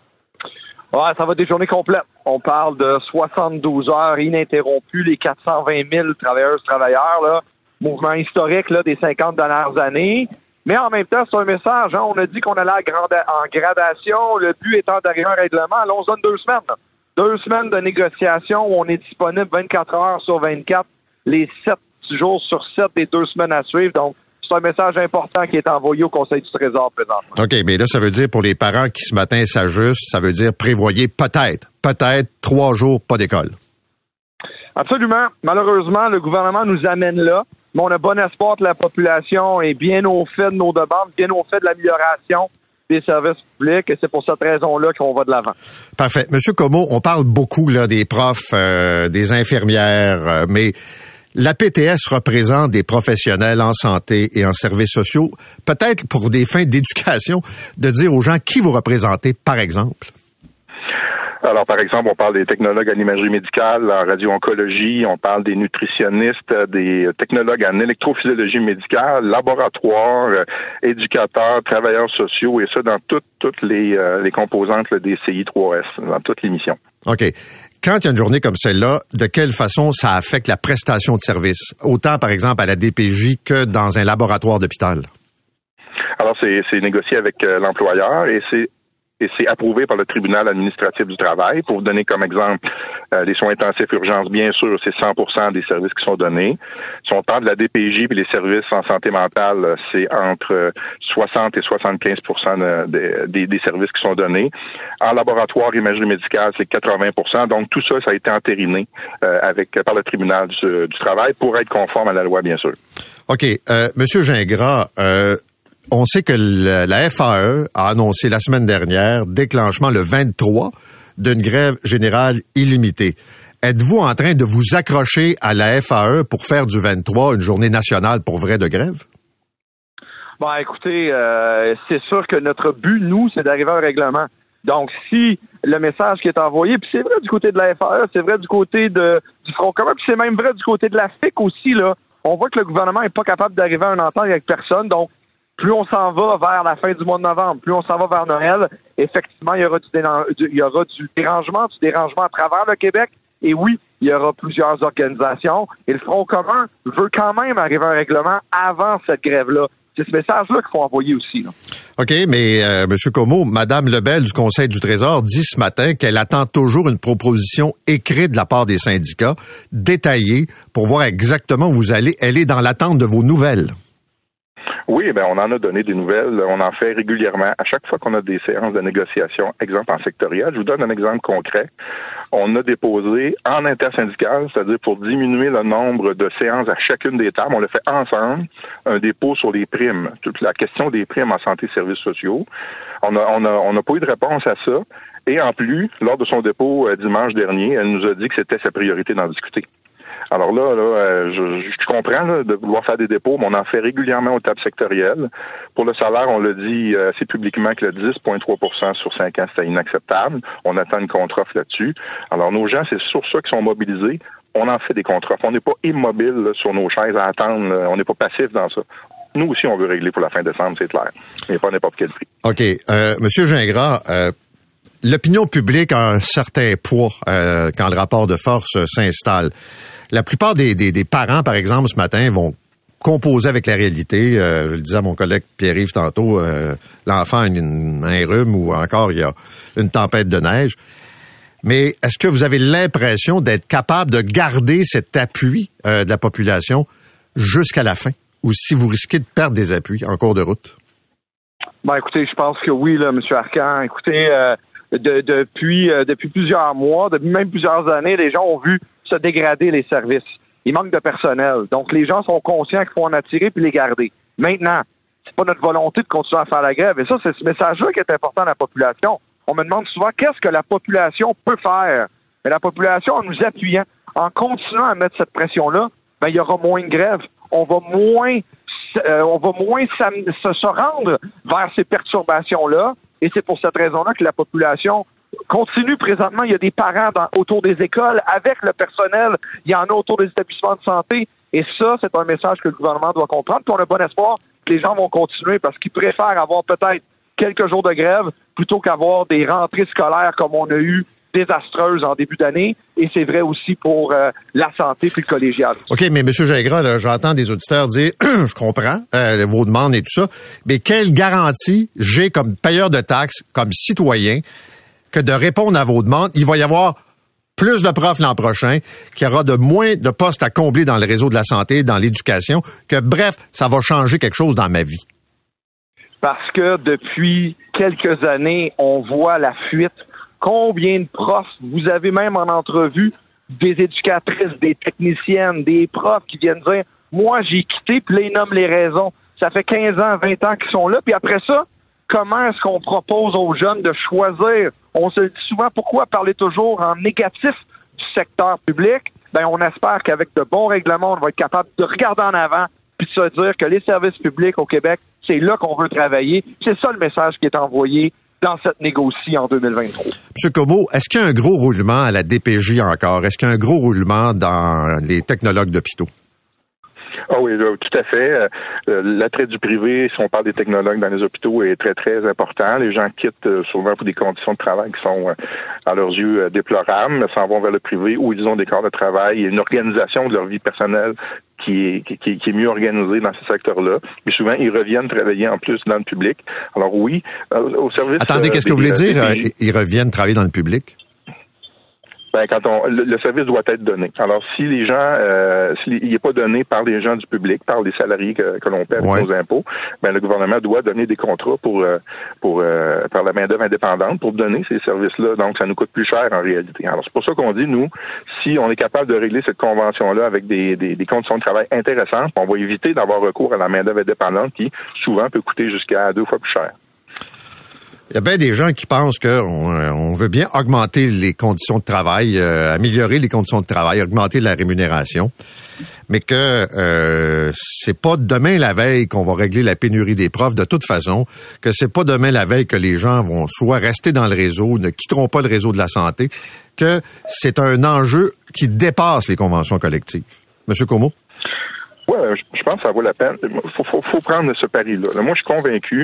Ouais, ça va être des journées complètes. On parle de 72 heures ininterrompues, les 420 000 travailleurs, là. Mouvement historique, là, des 50 dernières années. Mais en même temps, c'est un message, hein. On a dit qu'on allait en gradation. Le but étant d'arriver à un règlement. Allons, on se donne 2 semaines, là. 2 semaines de négociation où on est disponible 24 heures sur 24, les 7 jours sur 7 des 2 semaines à suivre. Donc, c'est un message important qui est envoyé au Conseil du Trésor présentement. OK, mais là, ça veut dire pour les parents qui ce matin s'ajustent, ça veut dire prévoyez peut-être 3 jours pas d'école. Absolument. Malheureusement, le gouvernement nous amène là, mais on a bon espoir que la population est bien au fait de nos demandes, bien au fait de l'amélioration des services publics, et c'est pour cette raison-là qu'on va de l'avant. Parfait. Monsieur Comeau, on parle beaucoup là des profs, des infirmières, mais la PTS représente des professionnels en santé et en services sociaux. Peut-être pour des fins d'éducation, de dire aux gens qui vous représentez, par exemple. Alors, par exemple, on parle des technologues en imagerie médicale, en radio-oncologie, on parle des nutritionnistes, des technologues en électrophysiologie médicale, laboratoires, éducateurs, travailleurs sociaux, et ça dans toutes les composantes là, des CI3S, dans toutes les missions. OK. Quand il y a une journée comme celle-là, de quelle façon ça affecte la prestation de service? Autant, par exemple, à la DPJ que dans un laboratoire d'hôpital? Alors, c'est négocié avec l'employeur et c'est approuvé par le tribunal administratif du travail. Pour vous donner comme exemple, les soins intensifs urgences, bien sûr, c'est 100% des services qui sont donnés. Si on parle de la DPJ et les services en santé mentale, c'est entre 60 et 75% des services qui sont donnés. En laboratoire, imagerie médicale, c'est 80%. Donc, tout ça, ça a été entériné par le tribunal du travail pour être conforme à la loi, bien sûr. OK. Monsieur Gingras, on sait que la FAE a annoncé la semaine dernière déclenchement le 23 d'une grève générale illimitée. Êtes-vous en train de vous accrocher à la FAE pour faire du 23 une journée nationale pour vrai de grève? Bon, écoutez, c'est sûr que notre but, nous, c'est d'arriver à un règlement. Donc, si le message qui est envoyé, puis c'est vrai du côté de la FAE, c'est vrai du côté du Front commun, puis c'est même vrai du côté de la FIC aussi, là, on voit que le gouvernement n'est pas capable d'arriver à une entente avec personne. Donc, plus on s'en va vers la fin du mois de novembre, plus on s'en va vers Noël, effectivement, il y aura du dérangement à travers le Québec. Et oui, il y aura plusieurs organisations. Et le Front commun veut quand même arriver à un règlement avant cette grève-là. C'est ce message-là qu'il faut envoyer aussi, là. OK, mais M. Comeau, Mme Lebel du Conseil du Trésor dit ce matin qu'elle attend toujours une proposition écrite de la part des syndicats, détaillée, pour voir exactement où vous allez. Elle est dans l'attente de vos nouvelles. Oui, on en a donné des nouvelles. On en fait régulièrement. À chaque fois qu'on a des séances de négociation, exemple en sectoriel, je vous donne un exemple concret. On a déposé en intersyndical, c'est-à-dire pour diminuer le nombre de séances à chacune des tables, on l'a fait ensemble, un dépôt sur les primes. Toute la question des primes en santé et services sociaux. On n'a pas eu de réponse à ça. Et en plus, lors de son dépôt dimanche dernier, elle nous a dit que c'était sa priorité d'en discuter. Alors là, je comprends là, de vouloir faire des dépôts, mais on en fait régulièrement aux tables sectorielles. Pour le salaire, on l'a dit assez publiquement que le 10,3% sur 5 ans, c'était inacceptable. On attend une contre-offre là-dessus. Alors nos gens, c'est sur ça qu'ils sont mobilisés. On en fait des contre-offres. On n'est pas immobile là, sur nos chaises à attendre. Là. On n'est pas passif dans ça. Nous aussi, on veut régler pour la fin décembre, c'est clair. Mais pas n'importe quel prix. OK. Monsieur Gingras, l'opinion publique a un certain poids quand le rapport de force s'installe. La plupart des parents, par exemple, ce matin, vont composer avec la réalité. Je le disais à mon collègue Pierre-Yves tantôt, l'enfant a un rhume ou encore il y a une tempête de neige. Mais est-ce que vous avez l'impression d'être capable de garder cet appui de la population jusqu'à la fin? Ou si vous risquez de perdre des appuis en cours de route? Écoutez, je pense que oui, là, M. Arcan. Écoutez, depuis plusieurs mois, depuis même plusieurs années, les gens ont vu se dégrader les services. Il manque de personnel. Donc, les gens sont conscients qu'il faut en attirer puis les garder. Maintenant, c'est pas notre volonté de continuer à faire la grève. Et ça, c'est ce message-là qui est important à la population. On me demande souvent qu'est-ce que la population peut faire. Mais la population, en nous appuyant, en continuant à mettre cette pression-là, il y aura moins de grève. On va moins se rendre vers ces perturbations-là. Et c'est pour cette raison-là que la population continue présentement. Il y a des parents autour des écoles, avec le personnel. Il y en a autour des établissements de santé. Et ça, c'est un message que le gouvernement doit comprendre. Puis on a bon espoir que les gens vont continuer parce qu'ils préfèrent avoir peut-être quelques jours de grève plutôt qu'avoir des rentrées scolaires comme on a eu désastreuses en début d'année. Et c'est vrai aussi pour la santé puis le collégial. OK, mais M. Gingras, là, j'entends des auditeurs dire, je comprends vos demandes et tout ça, mais quelle garantie j'ai comme payeur de taxes, comme citoyen, que de répondre à vos demandes, il va y avoir plus de profs l'an prochain, qu'il y aura de moins de postes à combler dans le réseau de la santé, dans l'éducation, que bref, ça va changer quelque chose dans ma vie. Parce que depuis quelques années, on voit la fuite. Combien de profs, vous avez même en entrevue des éducatrices, des techniciennes, des profs qui viennent dire « Moi, j'ai quitté », puis là, ils nomment les raisons. Ça fait 15 ans, 20 ans qu'ils sont là, puis après ça, comment est-ce qu'on propose aux jeunes de choisir? On se dit souvent, pourquoi parler toujours en négatif du secteur public? Ben, on espère qu'avec de bons règlements, on va être capable de regarder en avant puis de se dire que les services publics au Québec, c'est là qu'on veut travailler. C'est ça le message qui est envoyé dans cette négocie en 2023. M. Comeau, est-ce qu'il y a un gros roulement à la DPJ encore? Est-ce qu'il y a un gros roulement dans les technologues d'hôpitaux? Ah oui, tout à fait. L'attrait du privé, si on parle des technologues dans les hôpitaux, est très, très important. Les gens quittent souvent pour des conditions de travail qui sont, à leurs yeux, déplorables, s'en vont vers le privé où ils ont des corps de travail et une organisation de leur vie personnelle qui est mieux organisée dans ce secteur-là. Mais souvent, ils reviennent travailler en plus dans le public. Alors oui, au service... Attendez, qu'est-ce que vous voulez dire? Ils reviennent travailler dans le public? Ben, le service doit être donné. Alors, si les gens, s'il n'est pas donné par les gens du public, par les salariés que l'on paie avec nos impôts, ben, le gouvernement doit donner des contrats par la main-d'œuvre indépendante pour donner ces services-là. Donc, ça nous coûte plus cher en réalité. Alors, c'est pour ça qu'on dit, nous, si on est capable de régler cette convention-là avec des conditions de travail intéressantes, on va éviter d'avoir recours à la main-d'œuvre indépendante qui, souvent, peut coûter jusqu'à 2 fois plus cher. Il y a bien des gens qui pensent qu'on veut bien augmenter les conditions de travail, améliorer les conditions de travail, augmenter la rémunération, mais que c'est pas demain la veille qu'on va régler la pénurie des profs de toute façon, que c'est pas demain la veille que les gens vont soit rester dans le réseau, ne quitteront pas le réseau de la santé, que c'est un enjeu qui dépasse les conventions collectives. Monsieur Comeau? Oui, je pense que ça vaut la peine. Faut prendre ce pari-là. Moi, je suis convaincu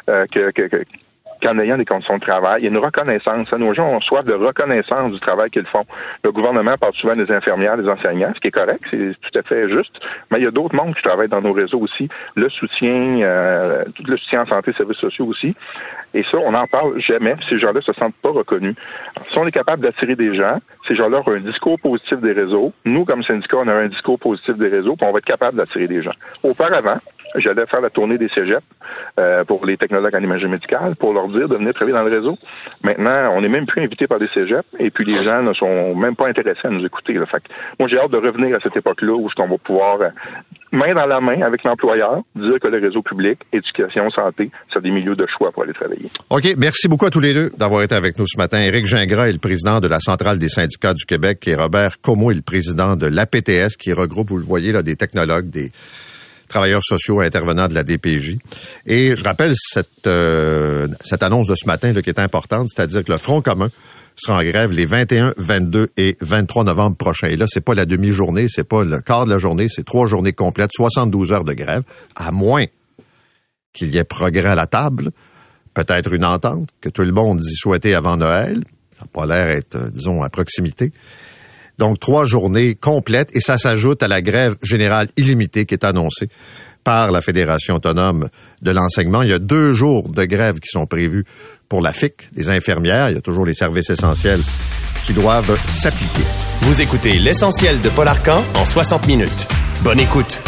qu'en ayant des conditions de travail, il y a une reconnaissance. Nos gens ont soif de reconnaissance du travail qu'ils font. Le gouvernement parle souvent des infirmières, des enseignants, ce qui est correct, c'est tout à fait juste. Mais il y a d'autres mondes qui travaillent dans nos réseaux aussi. Le soutien en santé, services sociaux aussi. Et ça, on n'en parle jamais. Ces gens-là se sentent pas reconnus. Alors, si on est capable d'attirer des gens, ces gens-là ont un discours positif des réseaux. Nous, comme syndicat, on a un discours positif des réseaux, puis on va être capable d'attirer des gens. Auparavant, j'allais faire la tournée des cégeps pour les technologues en imagerie médicale pour leur dire de venir travailler dans le réseau. Maintenant, on n'est même plus invité par les cégeps et puis les gens ne sont même pas intéressés à nous écouter. Là. Fait que, moi, j'ai hâte de revenir à cette époque-là où on va pouvoir, main dans la main avec l'employeur, dire que le réseau public, éducation, santé, c'est des milieux de choix pour aller travailler. OK. Merci beaucoup à tous les deux d'avoir été avec nous ce matin. Éric Gingras est le président de la Centrale des syndicats du Québec et Robert Comeau est le président de l'APTS qui regroupe, vous le voyez, là, des technologues, des travailleurs sociaux intervenants de la DPJ. Et je rappelle cette annonce de ce matin là, qui est importante, c'est-à-dire que le Front commun sera en grève les 21, 22 et 23 novembre prochains. Et là, c'est pas la demi-journée, c'est pas le quart de la journée, c'est 3 journées complètes, 72 heures de grève, à moins qu'il y ait progrès à la table, peut-être une entente, que tout le monde y souhaitait avant Noël. Ça n'a pas l'air être, disons, à proximité. Donc, 3 journées complètes et ça s'ajoute à la grève générale illimitée qui est annoncée par la Fédération autonome de l'enseignement. Il y a 2 jours de grève qui sont prévus pour la FIC, les infirmières. Il y a toujours les services essentiels qui doivent s'appliquer. Vous écoutez l'essentiel de Paul Arcan en 60 minutes. Bonne écoute.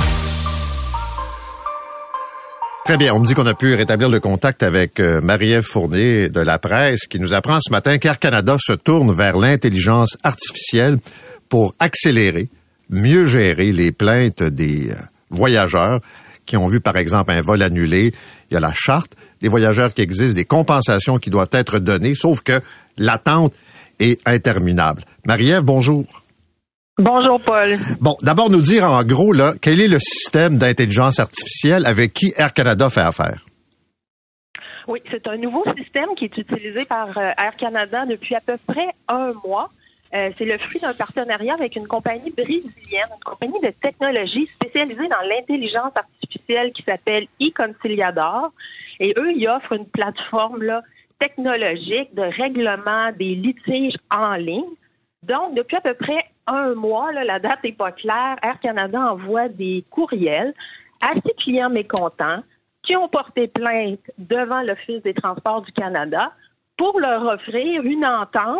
Très bien. On me dit qu'on a pu rétablir le contact avec Marie-Ève Fournier de La Presse qui nous apprend ce matin qu'Air Canada se tourne vers l'intelligence artificielle pour accélérer, mieux gérer les plaintes des voyageurs qui ont vu, par exemple, un vol annulé. Il y a la charte des voyageurs qui existe, des compensations qui doivent être données, sauf que l'attente est interminable. Marie-Ève, bonjour. Bonjour, Paul. Bon, d'abord nous dire en gros, là, quel est le système d'intelligence artificielle avec qui Air Canada fait affaire? Oui, c'est un nouveau système qui est utilisé par Air Canada depuis à peu près 1 mois. C'est le fruit d'un partenariat avec une compagnie brésilienne, une compagnie de technologie spécialisée dans l'intelligence artificielle qui s'appelle eConciliador. Et eux, ils offrent une plateforme là, technologique de règlement des litiges en ligne. Donc, depuis à peu près 1 mois, là, la date n'est pas claire, Air Canada envoie des courriels à ses clients mécontents qui ont porté plainte devant l'Office des transports du Canada pour leur offrir une entente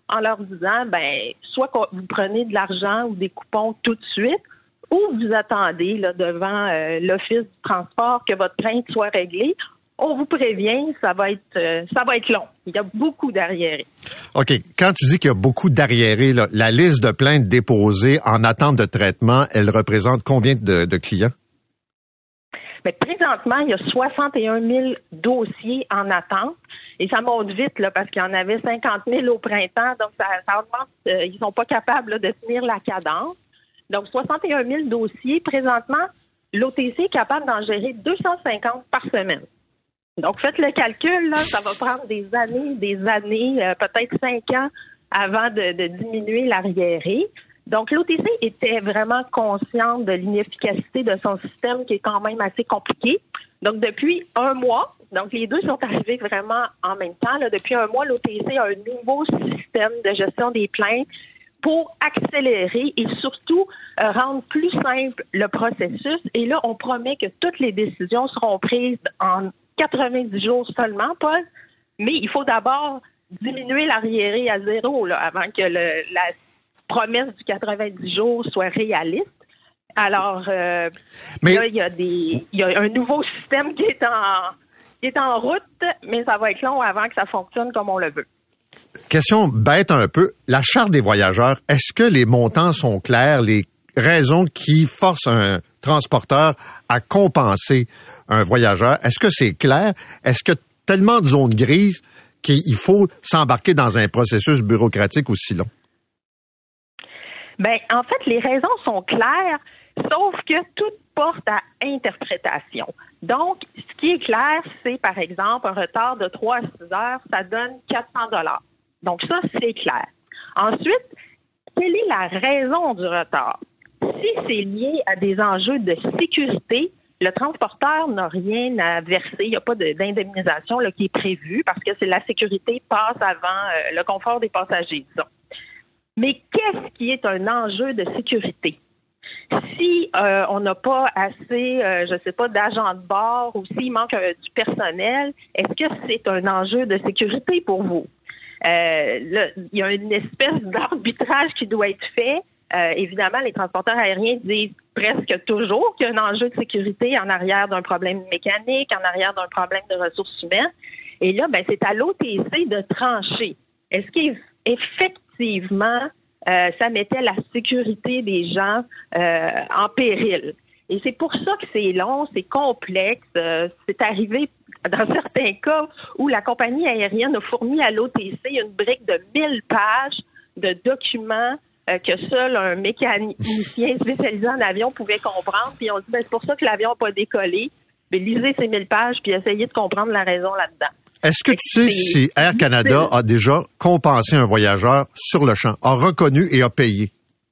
en leur disant, soit que vous prenez de l'argent ou des coupons tout de suite, ou vous attendez là, devant l'Office du transport que votre plainte soit réglée. On vous prévient, ça va être long. Il y a beaucoup d'arriérés. OK. Quand tu dis qu'il y a beaucoup d'arriérés, là, la liste de plaintes déposées en attente de traitement, elle représente combien de clients? Mais présentement, il y a 61 000 dossiers en attente. Et ça monte vite là, parce qu'il y en avait 50 000 au printemps. Donc, ça augmente. Ils sont pas capables là, de tenir la cadence. Donc, 61 000 dossiers. Présentement, l'OTC est capable d'en gérer 250 par semaine. Donc, faites le calcul, là, ça va prendre des années, peut-être 5 ans avant de diminuer l'arriéré. Donc, l'OTC était vraiment consciente de l'inefficacité de son système qui est quand même assez compliqué. Donc, depuis un mois, donc les deux sont arrivés vraiment en même temps. Là, depuis un mois, l'OTC a un nouveau système de gestion des plaintes pour accélérer et surtout rendre plus simple le processus. Et là, on promet que toutes les décisions seront prises en 90 jours seulement, Paul, mais il faut d'abord diminuer l'arriéré à 0 là, avant que la promesse du 90 jours soit réaliste. Alors, là, il y a un nouveau système qui est en route, mais ça va être long avant que ça fonctionne comme on le veut. Question bête un peu. La charte des voyageurs, est-ce que les montants sont clairs, les raisons qui forcent un transporteur à compenser un voyageur? Est-ce que c'est clair? Est-ce que tellement de zones grises qu'il faut s'embarquer dans un processus bureaucratique aussi long? En fait, les raisons sont claires, sauf que tout porte à interprétation. Donc, ce qui est clair, c'est, par exemple, un retard de 3 à 6 heures, ça donne 400 $. Donc, ça, c'est clair. Ensuite, quelle est la raison du retard? Si c'est lié à des enjeux de sécurité, le transporteur n'a rien à verser. Il n'y a pas d'indemnisation là, qui est prévue parce que la sécurité passe avant le confort des passagers, disons. Mais qu'est-ce qui est un enjeu de sécurité? Si on n'a pas assez, d'agents de bord ou s'il manque du personnel, est-ce que c'est un enjeu de sécurité pour vous? Il y a une espèce d'arbitrage qui doit être fait. Évidemment, les transporteurs aériens disent presque toujours qu'il y a un enjeu de sécurité en arrière d'un problème mécanique, en arrière d'un problème de ressources humaines. Et là, c'est à l'OTC de trancher. Est-ce qu'effectivement, ça mettait la sécurité des gens en péril? Et c'est pour ça que c'est long, c'est complexe. C'est arrivé dans certains cas où la compagnie aérienne a fourni à l'OTC une brique de 1000 pages de documents que seul un mécanicien spécialisé en avion pouvait comprendre. Puis on dit, c'est pour ça que l'avion n'a pas décollé. Mais lisez ces 1000 pages puis essayez de comprendre la raison là-dedans. Est-ce que tu sais si Air Canada a déjà compensé un voyageur sur le champ, a reconnu et a payé?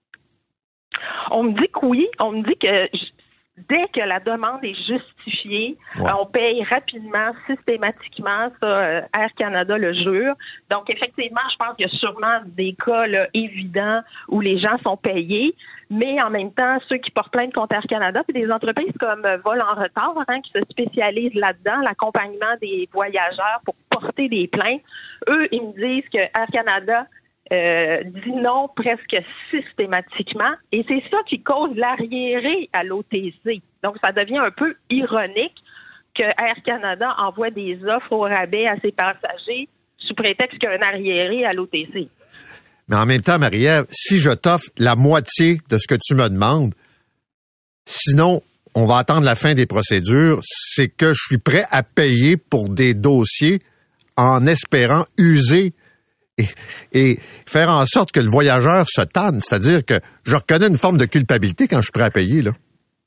On me dit que oui. On me dit que dès que la demande est justifiée, on paye rapidement, systématiquement. Ça, Air Canada le jure. Donc, effectivement, je pense qu'il y a sûrement des cas là, évidents où les gens sont payés. Mais en même temps, ceux qui portent plainte contre Air Canada, puis des entreprises comme Vol en retard, qui se spécialisent là-dedans, l'accompagnement des voyageurs pour porter des plaintes, eux, ils me disent que Air Canada dit non presque systématiquement. Et c'est ça qui cause l'arriéré à l'OTC. Donc, ça devient un peu ironique que Air Canada envoie des offres au rabais à ses passagers sous prétexte qu'il y a un arriéré à l'OTC. Mais en même temps, Marie-Ève, si je t'offre la moitié de ce que tu me demandes, sinon, on va attendre la fin des procédures, c'est que je suis prêt à payer pour des dossiers en espérant user et faire en sorte que le voyageur se tanne. C'est-à-dire que je reconnais une forme de culpabilité quand je suis prêt à payer, là.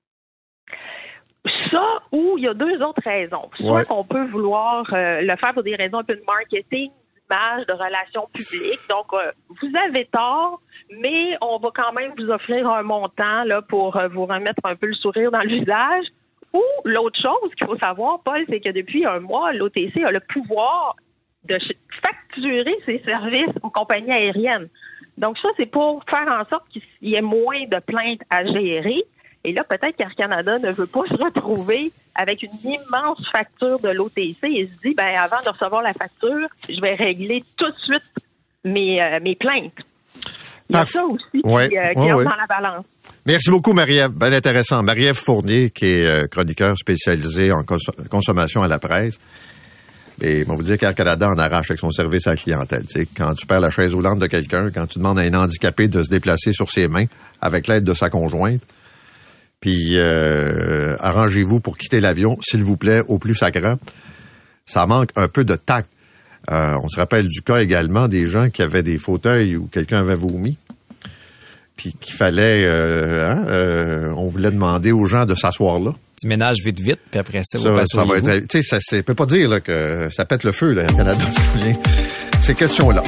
Ça, ou il y a deux autres raisons. Soit qu'on peut vouloir le faire pour des raisons un peu de marketing, d'image, de relations publiques. Donc, vous avez tort, mais on va quand même vous offrir un montant là pour vous remettre un peu le sourire dans le visage. Ou l'autre chose qu'il faut savoir, Paul, c'est que depuis un mois, l'OTC a le pouvoir de facturer ses services aux compagnies aériennes. Donc ça, c'est pour faire en sorte qu'il y ait moins de plaintes à gérer. Et là, peut-être qu'Air Canada ne veut pas se retrouver avec une immense facture de l'OTC et se dit, avant de recevoir la facture, je vais régler tout de suite mes plaintes. Il y a ça aussi qui entre dans la balance. Merci beaucoup, Marie-Ève. Bien intéressant. Marie-Ève Fournier, qui est chroniqueur spécialisé en consommation à la presse. Et on va vous dire qu'Air Canada en arrache avec son service à la clientèle. Tu sais, quand tu perds la chaise roulante de quelqu'un, quand tu demandes à un handicapé de se déplacer sur ses mains avec l'aide de sa conjointe, puis arrangez-vous pour quitter l'avion, s'il vous plaît, au plus sacrant. Ça manque un peu de tact. On se rappelle du cas également des gens qui avaient des fauteuils où quelqu'un avait vomi. Puis qu'il fallait, on voulait demander aux gens de s'asseoir là. Tu ménages vite, puis après ça, vous passez au va être, tu sais, ça peut pas dire là, que ça pète le feu, là, Air Canada, ces questions-là.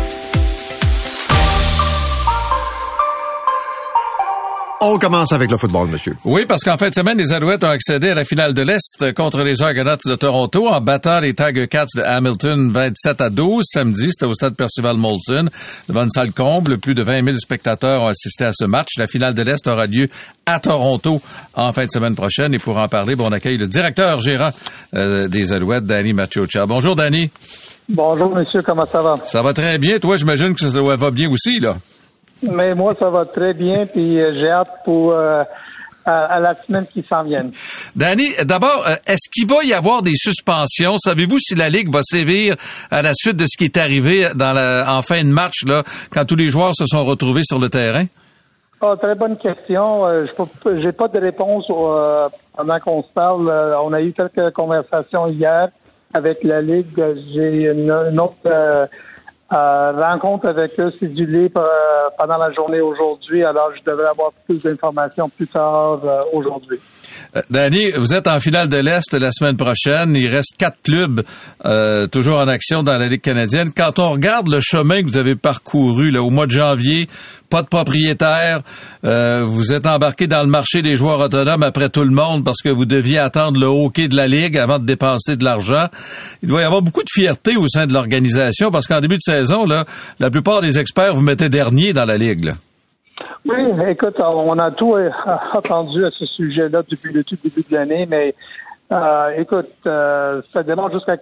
On commence avec le football, monsieur. Oui, parce qu'en fin de semaine, les Alouettes ont accédé à la finale de l'Est contre les Argonauts de Toronto en battant les Tiger Cats de Hamilton 27-12 samedi. C'était au stade Percival Molson, devant une salle comble. Plus de 20 000 spectateurs ont assisté à ce match. La finale de l'Est aura lieu à Toronto en fin de semaine prochaine. Et pour en parler, on accueille le directeur gérant des Alouettes, Danny Maciocia. Bonjour, Danny. Bonjour, monsieur. Comment ça va? Ça va très bien. Toi, j'imagine que ça va bien aussi, là. Mais moi, ça va très bien, puis j'ai hâte pour à la semaine qui s'en vient. Danny, d'abord, est-ce qu'il va y avoir des suspensions? Savez-vous si la Ligue va sévir à la suite de ce qui est arrivé en fin de match, là, quand tous les joueurs se sont retrouvés sur le terrain? Très bonne question. J'ai pas de réponse pendant qu'on se parle. On a eu quelques conversations hier avec la Ligue. J'ai une autre rencontre avec eux cédulée pendant la journée aujourd'hui, alors je devrais avoir plus d'informations plus tard aujourd'hui. Danny, vous êtes en finale de l'Est la semaine prochaine. Il reste 4 clubs toujours en action dans la Ligue canadienne. Quand on regarde le chemin que vous avez parcouru là, au mois de janvier, pas de propriétaire, vous êtes embarqué dans le marché des joueurs autonomes après tout le monde parce que vous deviez attendre le hockey de la Ligue avant de dépenser de l'argent. Il doit y avoir beaucoup de fierté au sein de l'organisation parce qu'en début de saison, là, la plupart des experts vous mettaient dernier dans la Ligue, là. Oui, écoute, on a tout entendu à ce sujet-là depuis le tout début de l'année, mais écoute, ça démontre jusqu'à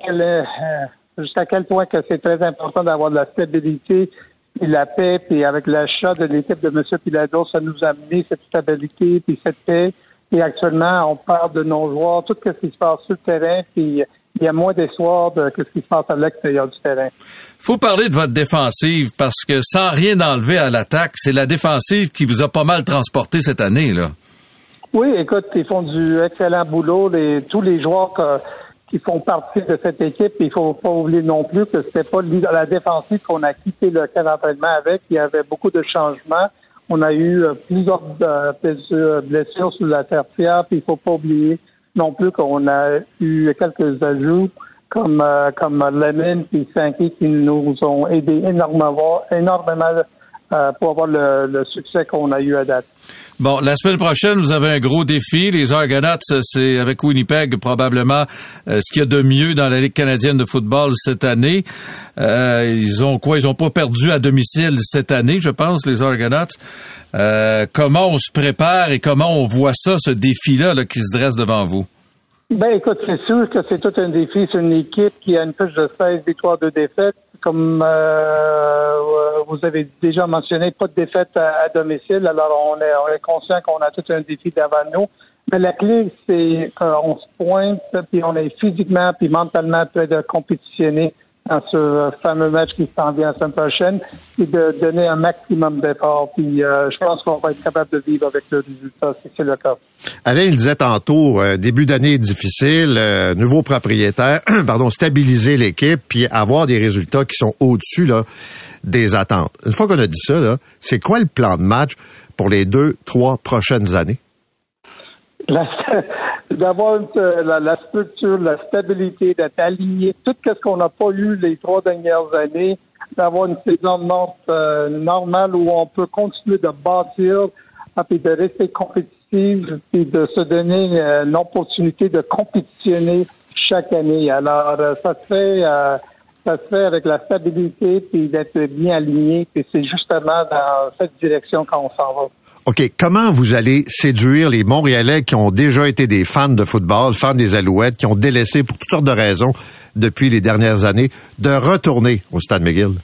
quel point que c'est très important d'avoir de la stabilité et la paix, puis avec l'achat de l'équipe de M. Pilado, ça nous a amené cette stabilité puis cette paix. Et actuellement, on parle de nos joueurs, tout ce qui se passe sur le terrain, puis il y a moins d'espoir de ce qui se passe à l'extérieur du terrain. Faut parler de votre défensive parce que sans rien enlever à l'attaque, c'est la défensive qui vous a pas mal transporté cette année, là. Oui, écoute, ils font du excellent boulot. Tous les joueurs qui font partie de cette équipe, il faut pas oublier non plus que c'était pas la défensive qu'on a quitté le camp d'entraînement avec. Il y avait beaucoup de changements. On a eu plusieurs blessures sur la tertiaire, puis il faut pas oublier non plus qu'on a eu quelques ajouts comme Lemon et Sankey qui nous ont aidés énormément pour avoir le succès qu'on a eu à date. Bon, la semaine prochaine, vous avez un gros défi. Les Argonauts, c'est avec Winnipeg probablement ce qu'il y a de mieux dans la Ligue canadienne de football cette année. Ils ont pas perdu à domicile cette année, je pense, les Argonauts. Comment on se prépare et comment on voit ça, ce défi-là là, qui se dresse devant vous? Ben, écoute, c'est sûr que c'est tout un défi. C'est une équipe qui a une fiche de 16 victoires, 2 défaites. Comme vous avez déjà mentionné, pas de défaite à domicile. Alors, on est conscient qu'on a tout un défi devant nous. Mais la clé, c'est qu'on se pointe, puis on est physiquement puis mentalement prêt de compétitionner dans ce fameux match qui s'en vient la semaine prochaine et de donner un maximum d'efforts. Puis je pense qu'on va être capable de vivre avec le résultat si c'est le cas. Alain, il disait tantôt, début d'année difficile, nouveau propriétaire, stabiliser l'équipe puis avoir des résultats qui sont au-dessus là des attentes. Une fois qu'on a dit ça, là, c'est quoi le plan de match pour les 2-3 prochaines années? D'avoir la structure, la stabilité, d'être aligné, tout ce qu'on n'a pas eu les 3 dernières années, d'avoir une saison normale où on peut continuer de bâtir, puis de rester compétitif, puis de se donner l'opportunité de compétitionner chaque année. Alors, ça se fait avec la stabilité, puis d'être bien aligné, puis c'est justement dans cette direction qu'on s'en va. OK, comment vous allez séduire les Montréalais qui ont déjà été des fans de football, fans des Alouettes, qui ont délaissé pour toutes sortes de raisons depuis les dernières années, de retourner au Stade McGill?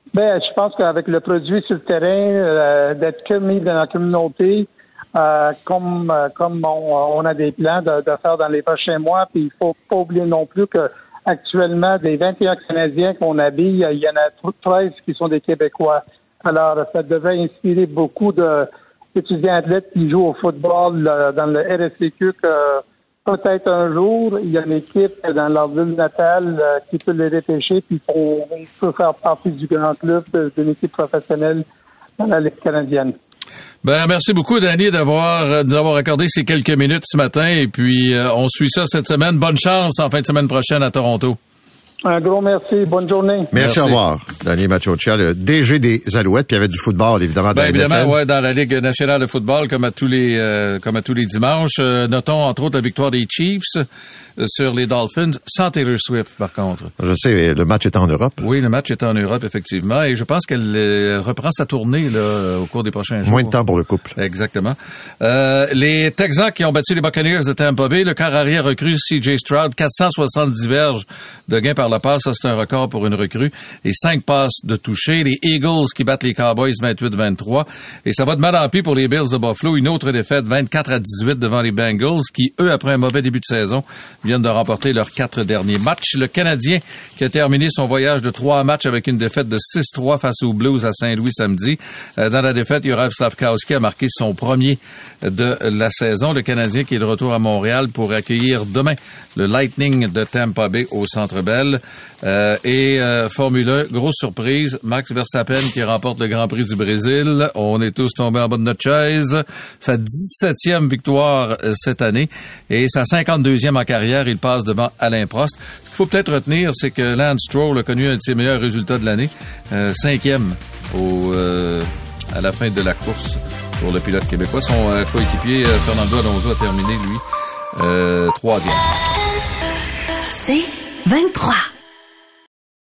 Ben, je pense qu'avec le produit sur le terrain, d'être commis dans la communauté, comme on a des plans de faire dans les prochains mois, puis il faut pas oublier non plus que actuellement, des 21 Canadiens qu'on habille, il y en a 13 qui sont des Québécois. Alors, ça devrait inspirer beaucoup d'étudiants athlètes qui jouent au football dans le RSVQ que peut-être un jour, il y a une équipe dans leur ville natale qui peut les repêcher, puis on peut faire partie du grand club d'une équipe professionnelle dans la Ligue canadienne. Ben, merci beaucoup, Danny, de nous avoir accordé ces quelques minutes ce matin. Et puis, on suit ça cette semaine. Bonne chance en fin de semaine prochaine à Toronto. Un gros merci. Bonne journée. Merci. Au revoir. Danny Maciocia, le DG des Alouettes, puis il y avait du football, évidemment, dans la NFL. Évidemment, ouais, dans la Ligue nationale de football, comme à tous les dimanches. Notons, entre autres, la victoire des Chiefs sur les Dolphins, sans Taylor Swift, par contre. Je sais, le match est en Europe. Oui, le match est en Europe, effectivement, et je pense qu'elle reprend sa tournée là au cours des prochains jours. Moins de temps pour le couple. Exactement. Les Texans qui ont battu les Buccaneers de Tampa Bay, le quart arrière recrue C.J. Stroud, 470 verges de gains par la passe, ça c'est un record pour une recrue, et 5 passes de toucher. Les Eagles qui battent les Cowboys 28-23, et ça va de mal en pis pour les Bills de Buffalo, une autre défaite 24-18 devant les Bengals qui, eux, après un mauvais début de saison, viennent de remporter leurs 4 derniers matchs. Le Canadien qui a terminé son voyage de 3 matchs avec une défaite de 6-3 face aux Blues à Saint-Louis samedi. Dans la défaite, Juraj Slafkowski a marqué son premier de la saison. Le Canadien qui est de retour à Montréal pour accueillir demain le Lightning de Tampa Bay au Centre Bell. Formule 1, grosse surprise, Max Verstappen qui remporte le Grand Prix du Brésil. On est tous tombés en bas de notre chaise. Sa 17e victoire cette année et sa 52e en carrière. Il passe devant Alain Prost. Ce qu'il faut peut-être retenir, c'est que Lance Stroll a connu un de ses meilleurs résultats de l'année. 5e à la fin de la course pour le pilote québécois. Son coéquipier Fernando Alonso a terminé, lui, 3e. C'est 23.